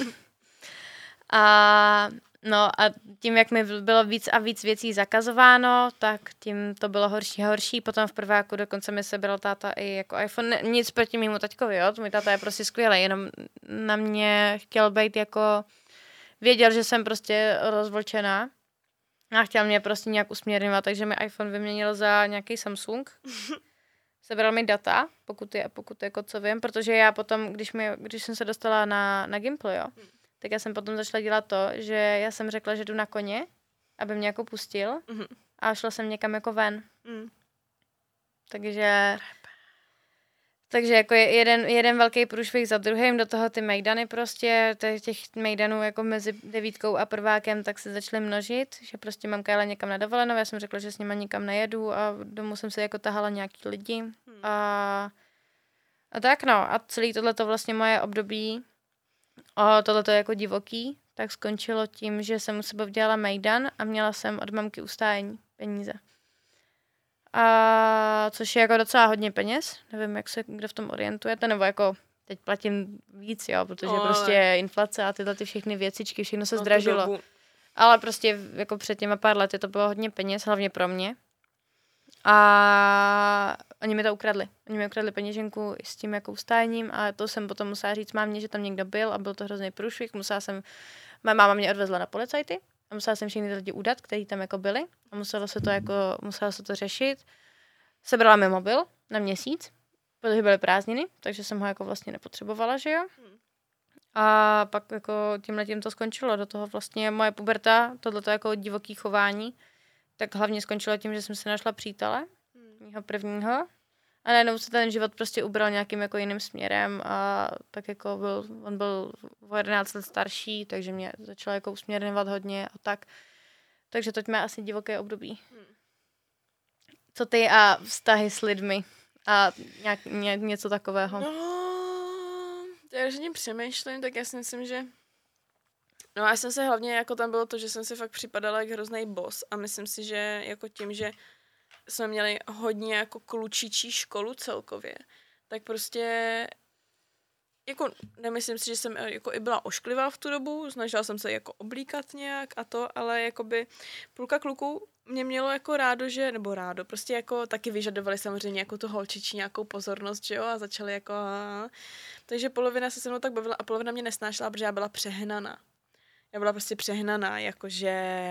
a no a tím, jak mi bylo víc a víc věcí zakazováno, tak tím to bylo horší a horší. Potom v prváku dokonce mi sebral táta i jako iPhone. Nic proti mému taťkovi, jo. Můj táta je prostě skvělý, jenom na mě chtěl být jako... Věděl, že jsem prostě rozvlčená a chtěl mě prostě nějak usměrňovat, takže mi iPhone vyměnil za nějaký Samsung. Sebral mi data, pokud je, pokud jako co vím, protože já potom, když, mi, když jsem se dostala na, na Gimple, jo, tak já jsem potom začala dělat to, že já jsem řekla, že jdu na koně, aby mě jako pustil mm-hmm. a šla jsem někam jako ven. Mm. Takže takže jako jeden, jeden velký průšvih za druhým, do toho ty mejdany prostě, těch mejdanů jako mezi devítkou a prvákem, tak se začaly množit, že prostě mamka jela někam na dovolenou, já jsem řekla, že s nima nikam nejedu a domů jsem se jako tahala nějaký lidi hmm. a, a tak no a celý tohleto vlastně moje období a tohleto jako divoký, tak skončilo tím, že jsem u sebe dělala mejdan a měla jsem od mamky ustájení peníze. A což je jako docela hodně peněz, nevím, jak se kdo v tom orientujete, nebo jako teď platím víc, jo, protože oh, prostě inflace a tyhle ty všechny věcičky, všechno se no, zdražilo. Ale prostě jako před těma pár lety to bylo hodně peněz, hlavně pro mě. A oni mi to ukradli. Oni mi ukradli peněženku s tím jako ustáním a to jsem potom musela říct mámě, že tam někdo byl a byl to hrozný průšvih. Musela jsem, má máma mě odvezla na policajty a musela jsem všechny ty lidi udat, kteří tam jako byli a muselo se to jako, muselo se to řešit. Sebrala mi mobil na měsíc, protože byly prázdniny, takže jsem ho jako vlastně nepotřebovala, že jo. A pak jako tímhletím to skončilo. Do toho vlastně moje puberta, tohleto jako divoký chování, tak hlavně skončilo tím, že jsem si našla přítele, mýho prvního. A najednou se ten život prostě ubral nějakým jako jiným směrem a tak jako byl, on byl o jedenáct let starší, takže mě začalo jako usměrňovat hodně a tak. Takže teď má asi divoké období. Co ty a vztahy s lidmi a nějak, ně, něco takového? No, když tím přemýšlím, tak já si myslím, že no já jsem se hlavně, jako tam bylo to, že jsem si fakt připadala jak hrozný boss a myslím si, že jako tím, že jsme měli hodně jako klučičí školu celkově, tak prostě jako nemyslím si, že jsem jako i byla ošklivá v tu dobu, snažila jsem se jako oblíkat nějak a to, ale jakoby půlka kluků mě mělo jako rádo, že, nebo rádo, prostě jako taky vyžadovali samozřejmě jako tu holčičí nějakou pozornost, že jo, a začali jako a, takže polovina se se mnou tak bavila a polovina mě nesnášela, protože já byla přehnaná. Já byla prostě přehnaná, jakože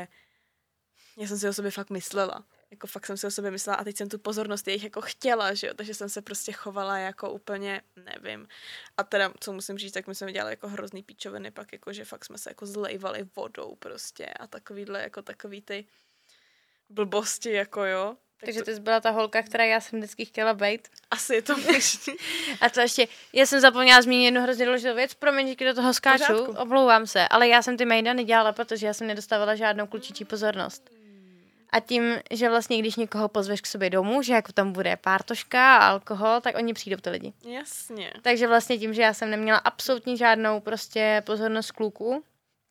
já jsem si o sobě fakt myslela. Jako fakt jsem si o sobě myslela a teď jsem tu pozornost jejich jako chtěla, že jo, takže jsem se prostě chovala jako úplně, nevím. A teda, co musím říct, tak my jsme dělali jako hrozný píčoviny, pak jako, že fakt jsme se jako zlejvali vodou prostě a takovýhle, jako takový ty blbosti, jako jo. Tak Takže to... ty jsi byla ta holka, která já jsem vždycky chtěla být. Asi je to možný. A to ještě, já jsem zapomněla zmínit jednu hrozně důležitou věc, promiň, díky do toho skáču, Pořádku. Omlouvám se, ale já jsem ty mejdany dělala, protože já jsem nedostávala žádnou klučičí pozornost. A tím, že vlastně když někoho pozveš k sobě domů, že jako tam bude pártoška a alkohol, tak oni přijdou ty lidi. Jasně. Takže vlastně tím, že já jsem neměla absolutně žádnou prostě pozornost kluků,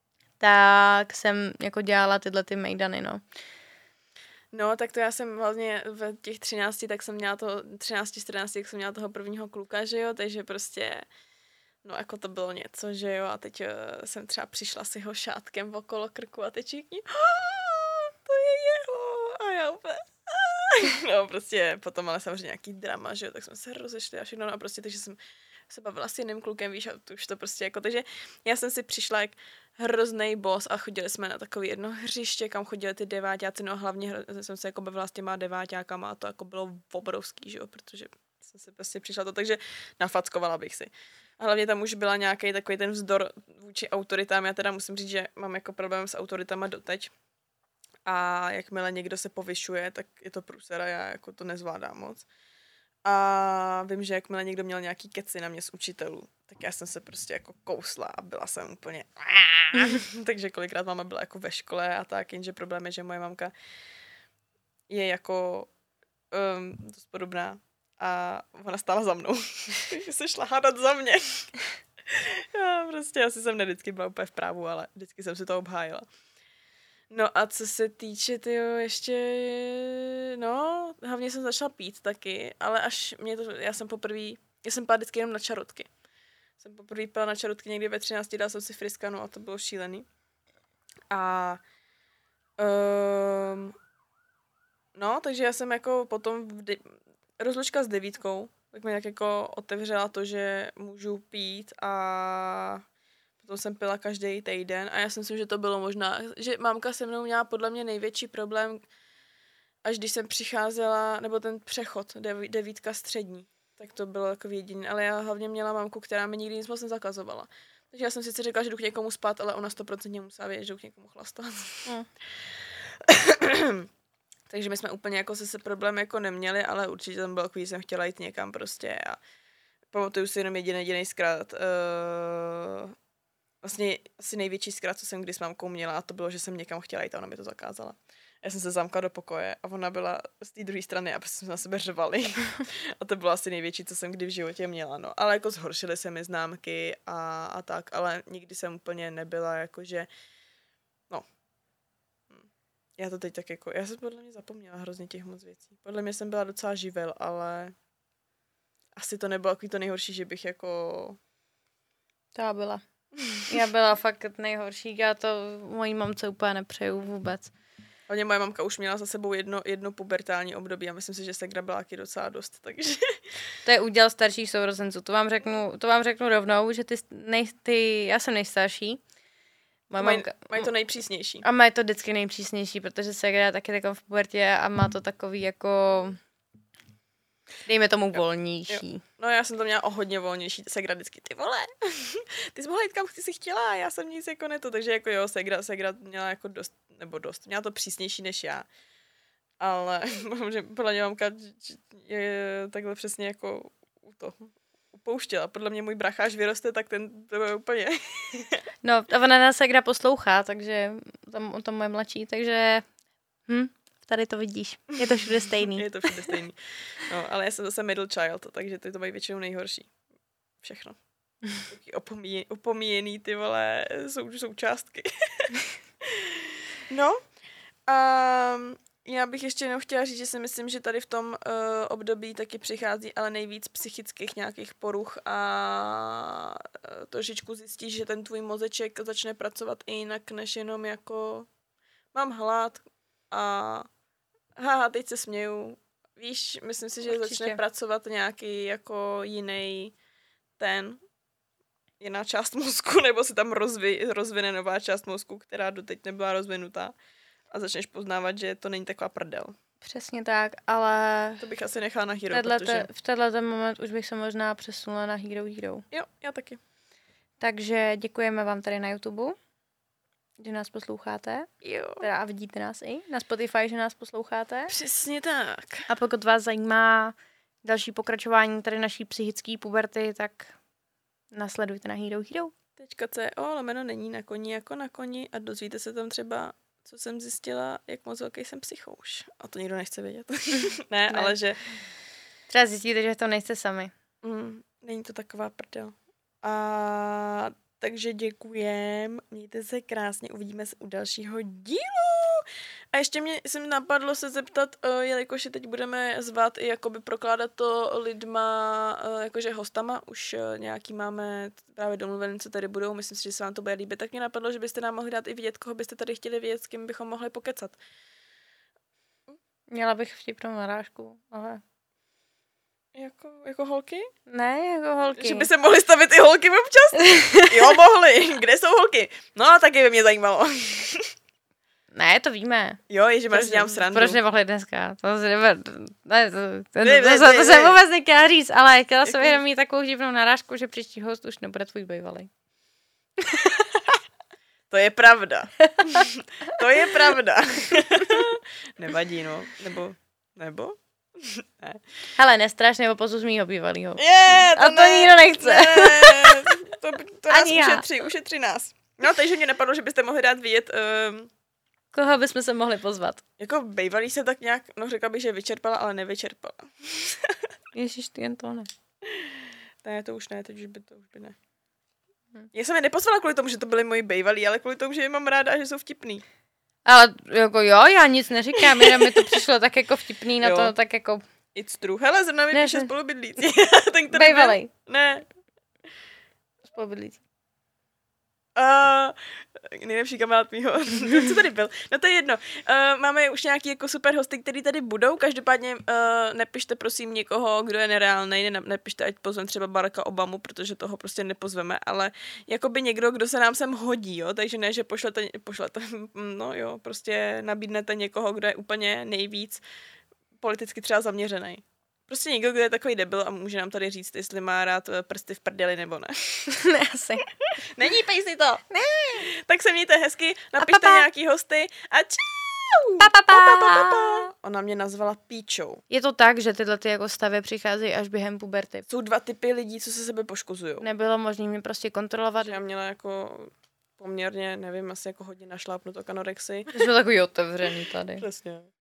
tak jsem jako dělala tyhle ty mejdany, no. No, tak to já jsem hlavně v těch třinácti, tak jsem měla toho, třinácti, čtrnácti, tak jsem měla toho prvního kluka, že jo, takže prostě, no jako to bylo něco, že jo, a teď uh, jsem třeba přišla s jeho šátkem okolo krku a teď všichni, to je jeho, a já úplně, no prostě potom ale samozřejmě nějaký drama, že jo, tak jsme se rozešli a všechno, no a prostě, takže jsem se bavila s jiným klukem, víš, a to už to prostě jako, takže já jsem si přišla jak hrozný boss a chodili jsme na takový jedno hřiště, kam chodili ty deváťáci, no a hlavně hro, jsem se jako bavila s těma deváťákama a to jako bylo obrovský, že jo, protože jsem si prostě přišla to, takže nafackovala bych si. A hlavně tam už byla nějaký takový ten vzdor vůči autoritám, já teda musím říct, že mám jako problém s autoritama doteď a jakmile někdo se povyšuje, tak je to průsera, já jako to nezvládám moc. A vím, že jakmile někdo měl nějaký keci na mě z učitelů, tak já jsem se prostě jako kousla a byla jsem úplně takže kolikrát máma byla jako ve škole a tak, jenže problém je, že moje mamka je jako um, dost podobná a ona stála za mnou. Takže se šla hádat za mě. Já prostě asi jsem ne vždycky byla úplně v právu, ale vždycky jsem si to obhájila. No a co se týče, tyjo, ještě, no, hlavně jsem začala pít taky, ale až mě to, já jsem poprvé, já jsem pila vždycky jenom na čarotky. Jsem poprvé pila na čarotky někdy ve třinácti, dala jsem si friskanu a to bylo šílený. A, um, no, takže já jsem jako potom, v de- rozlučka s devítkou, tak mi tak jako otevřela to, že můžu pít a potom jsem pila každý týden a já si myslím, že to bylo možná, že mámka se mnou měla podle mě největší problém, až když jsem přicházela, nebo ten přechod, devítka střední, tak to bylo jako jediný, ale já hlavně měla mámku, která mi nikdy nic moc nezakazovala. Takže já jsem sice řekla, že jdu k někomu spát, ale ona stoprocentně musela vědět, že jdu k někomu chlastat. Mm. Takže my jsme úplně jako se, se problém jako neměli, ale určitě tam bylo takový, že jsem chtěla jít někam prostě a pamatuju si jenom jediný jediný zkrát. Uh, vlastně asi největší zkrát, co jsem kdy s mámkou měla, a to bylo, že jsem někam chtěla jít a ona mi to zakázala. Já jsem se zamkla do pokoje a ona byla z té druhé strany a prostě jsme na sebe řvali. A to bylo asi největší, co jsem kdy v životě měla, no. Ale jako zhoršily se mi známky a, a tak, ale nikdy jsem úplně nebyla jakože, no. Já to teď tak jako, já jsem podle mě zapomněla hrozně těch moc věcí. Podle mě jsem byla docela živel, ale asi to nebylo takový to nejhorší, že bych jako... Ta byla. Já byla fakt nejhorší, já to mojí mamce úplně nepřeju vůbec. Hlavně moje mamka už měla za sebou jedno, jedno pubertální období a myslím si, že segra byla taky docela dost, takže... To je úděl starších sourozenců. To vám řeknu, to vám řeknu rovnou, že ty, nej, ty já jsem nejstarší. Moje mají, mamka, mají to nejpřísnější. A mají to vždycky nejpřísnější, protože segra je taky taková v pubertě a má to takový jako... Dejme tomu volnější. Jo. No já jsem to měla o hodně volnější. Segra vždycky, ty vole, ty jsi mohla jít kam jsi chtěla, já jsem nic jako neto, takže jako jo, segra, segra měla jako dost, nebo dost, měla to přísnější než já. Ale podle mě mamka je takhle přesně jako to upouštěla. Podle mě můj brácha, až vyroste, tak ten to je úplně... No a ona nás segra poslouchá, takže tam o tom moje mladší, takže hm, tady to vidíš. Je to všude stejný. Je to všude stejný. No, ale já jsem zase middle child, takže ty to mají většinou nejhorší. Všechno. Taky opomíje, opomíjený ty vole sou, součástky. No. Um, já bych ještě jenom chtěla říct, že si myslím, že tady v tom uh, období taky přichází ale nejvíc psychických nějakých poruch a uh, trošičku zjistíš, že ten tvůj mozeček začne pracovat i jinak, než jenom jako mám hlad a haha, teď se směju. Víš, myslím si, že Určitě. Začne pracovat nějaký jako jiný ten jiná část mozku, nebo se tam rozvi, rozvine nová část mozku, která doteď nebyla rozvinutá. A začneš poznávat, že to není taková prdel. Přesně tak, ale... To bych asi nechala na Hero, Tadlete, protože... V tenhle moment už bych se možná přesunula na Hero Hero. Jo, já taky. Takže děkujeme vám tady na YouTube, že nás posloucháte. Jo. Teda a vidíte nás i na Spotify, že nás posloucháte. Přesně tak. A pokud vás zajímá další pokračování tady naší psychické puberty, tak nasledujte na Hero Hero. .co lomeno není na koni jako na koni a dozvíte se tam třeba, co jsem zjistila, jak moc velký jsem psychouš. A to nikdo nechce vědět. ne, ne, ale že... Třeba zjistíte, že to nejste sami. Mm, není to taková prdel. A takže děkujem, mějte se krásně, uvidíme se u dalšího dílu. A ještě mě se mi napadlo se zeptat, uh, jelikož teď budeme zvát i jakoby prokládat to lidma, uh, jakože hostama, už uh, nějaký máme právě domluvený, co tady budou, myslím si, že se vám to bude líbit, tak mě napadlo, že byste nám mohli dát i vidět, koho byste tady chtěli vědět, s kým bychom mohli pokecat. Měla bych vtipnou narážku, ale... Jako, jako holky? Ne, jako holky. Že by se mohly stavit i holky občas? Jo, mohly. Kde jsou holky? No, taky by mě zajímalo. Ne, to víme. Jo, ježi, máš si dělám srandu. Proč nemohli dneska? To, se ne, to, ne, to, to, ne, to, ne, to, to, to jsem vůbec nechtěla říct, ale chtěla jsem jenom mít takovou divnou narážku, že příští host už nebude tvůj bývalý. To je pravda. To je pravda. Nevadí, no. Nebo, nebo? Ne. Hele, nestraš, nebo pozus mýho bývalýho. Je, to A to ne, nikdo nechce. Ne, to, to nás Ani ušetří, ušetří nás. No, takže mě napadlo, že byste mohli dát vidět... Um, Koho bychom se mohli pozvat? Jako bývalý se tak nějak, no řekla bych, že vyčerpala, ale nevyčerpala. Ježiš, ty jen to ne. Ne, to už ne, teď už by to už by ne. Hm. Já jsem je nepozvala kvůli tomu, že to byli moji bývalí, ale kvůli tomu, že je mám ráda a že jsou vtipný. Ale jako jo, já nic neříkám, jenom mi to přišlo tak jako vtipný na jo. to, tak jako... It's true. Hele, zrovna mi ne, píše ne. spolubydlící. Bývalej. Ne. Spolubydlící. Uh, nejlepší kamarád mýho. Co tady byl? No to je jedno. Uh, máme už nějaký jako super hosty, který tady budou. Každopádně uh, nepište prosím někoho, kdo je nereálnej. Ne, nepište, ať pozvem třeba Baracka Obamu, protože toho prostě nepozveme, ale jakoby někdo, kdo se nám sem hodí, jo. Takže ne, že pošlete, pošlete no jo, prostě nabídnete někoho, kdo je úplně nejvíc politicky třeba zaměřený. Prostě někdo, kdo je takový debil a může nám tady říct, jestli má rád prsty v prdeli nebo ne. Ne, asi. Není, pej si to. Ne. Tak se mějte hezky, napište pa, pa. nějaký hosty a čau. Pa, pa, pa. Pa, pa, pa, pa. Ona mě nazvala píčou. Je to tak, že tyhle ty jako stavy přicházejí až během puberty. Jsou dva typy lidí, co se sebe poškozují. Nebylo možné mě prostě kontrolovat. Já měla jako poměrně, nevím, asi jako hodně našlápnutou anorexii. Jsme takový otevřený tady. Přesně.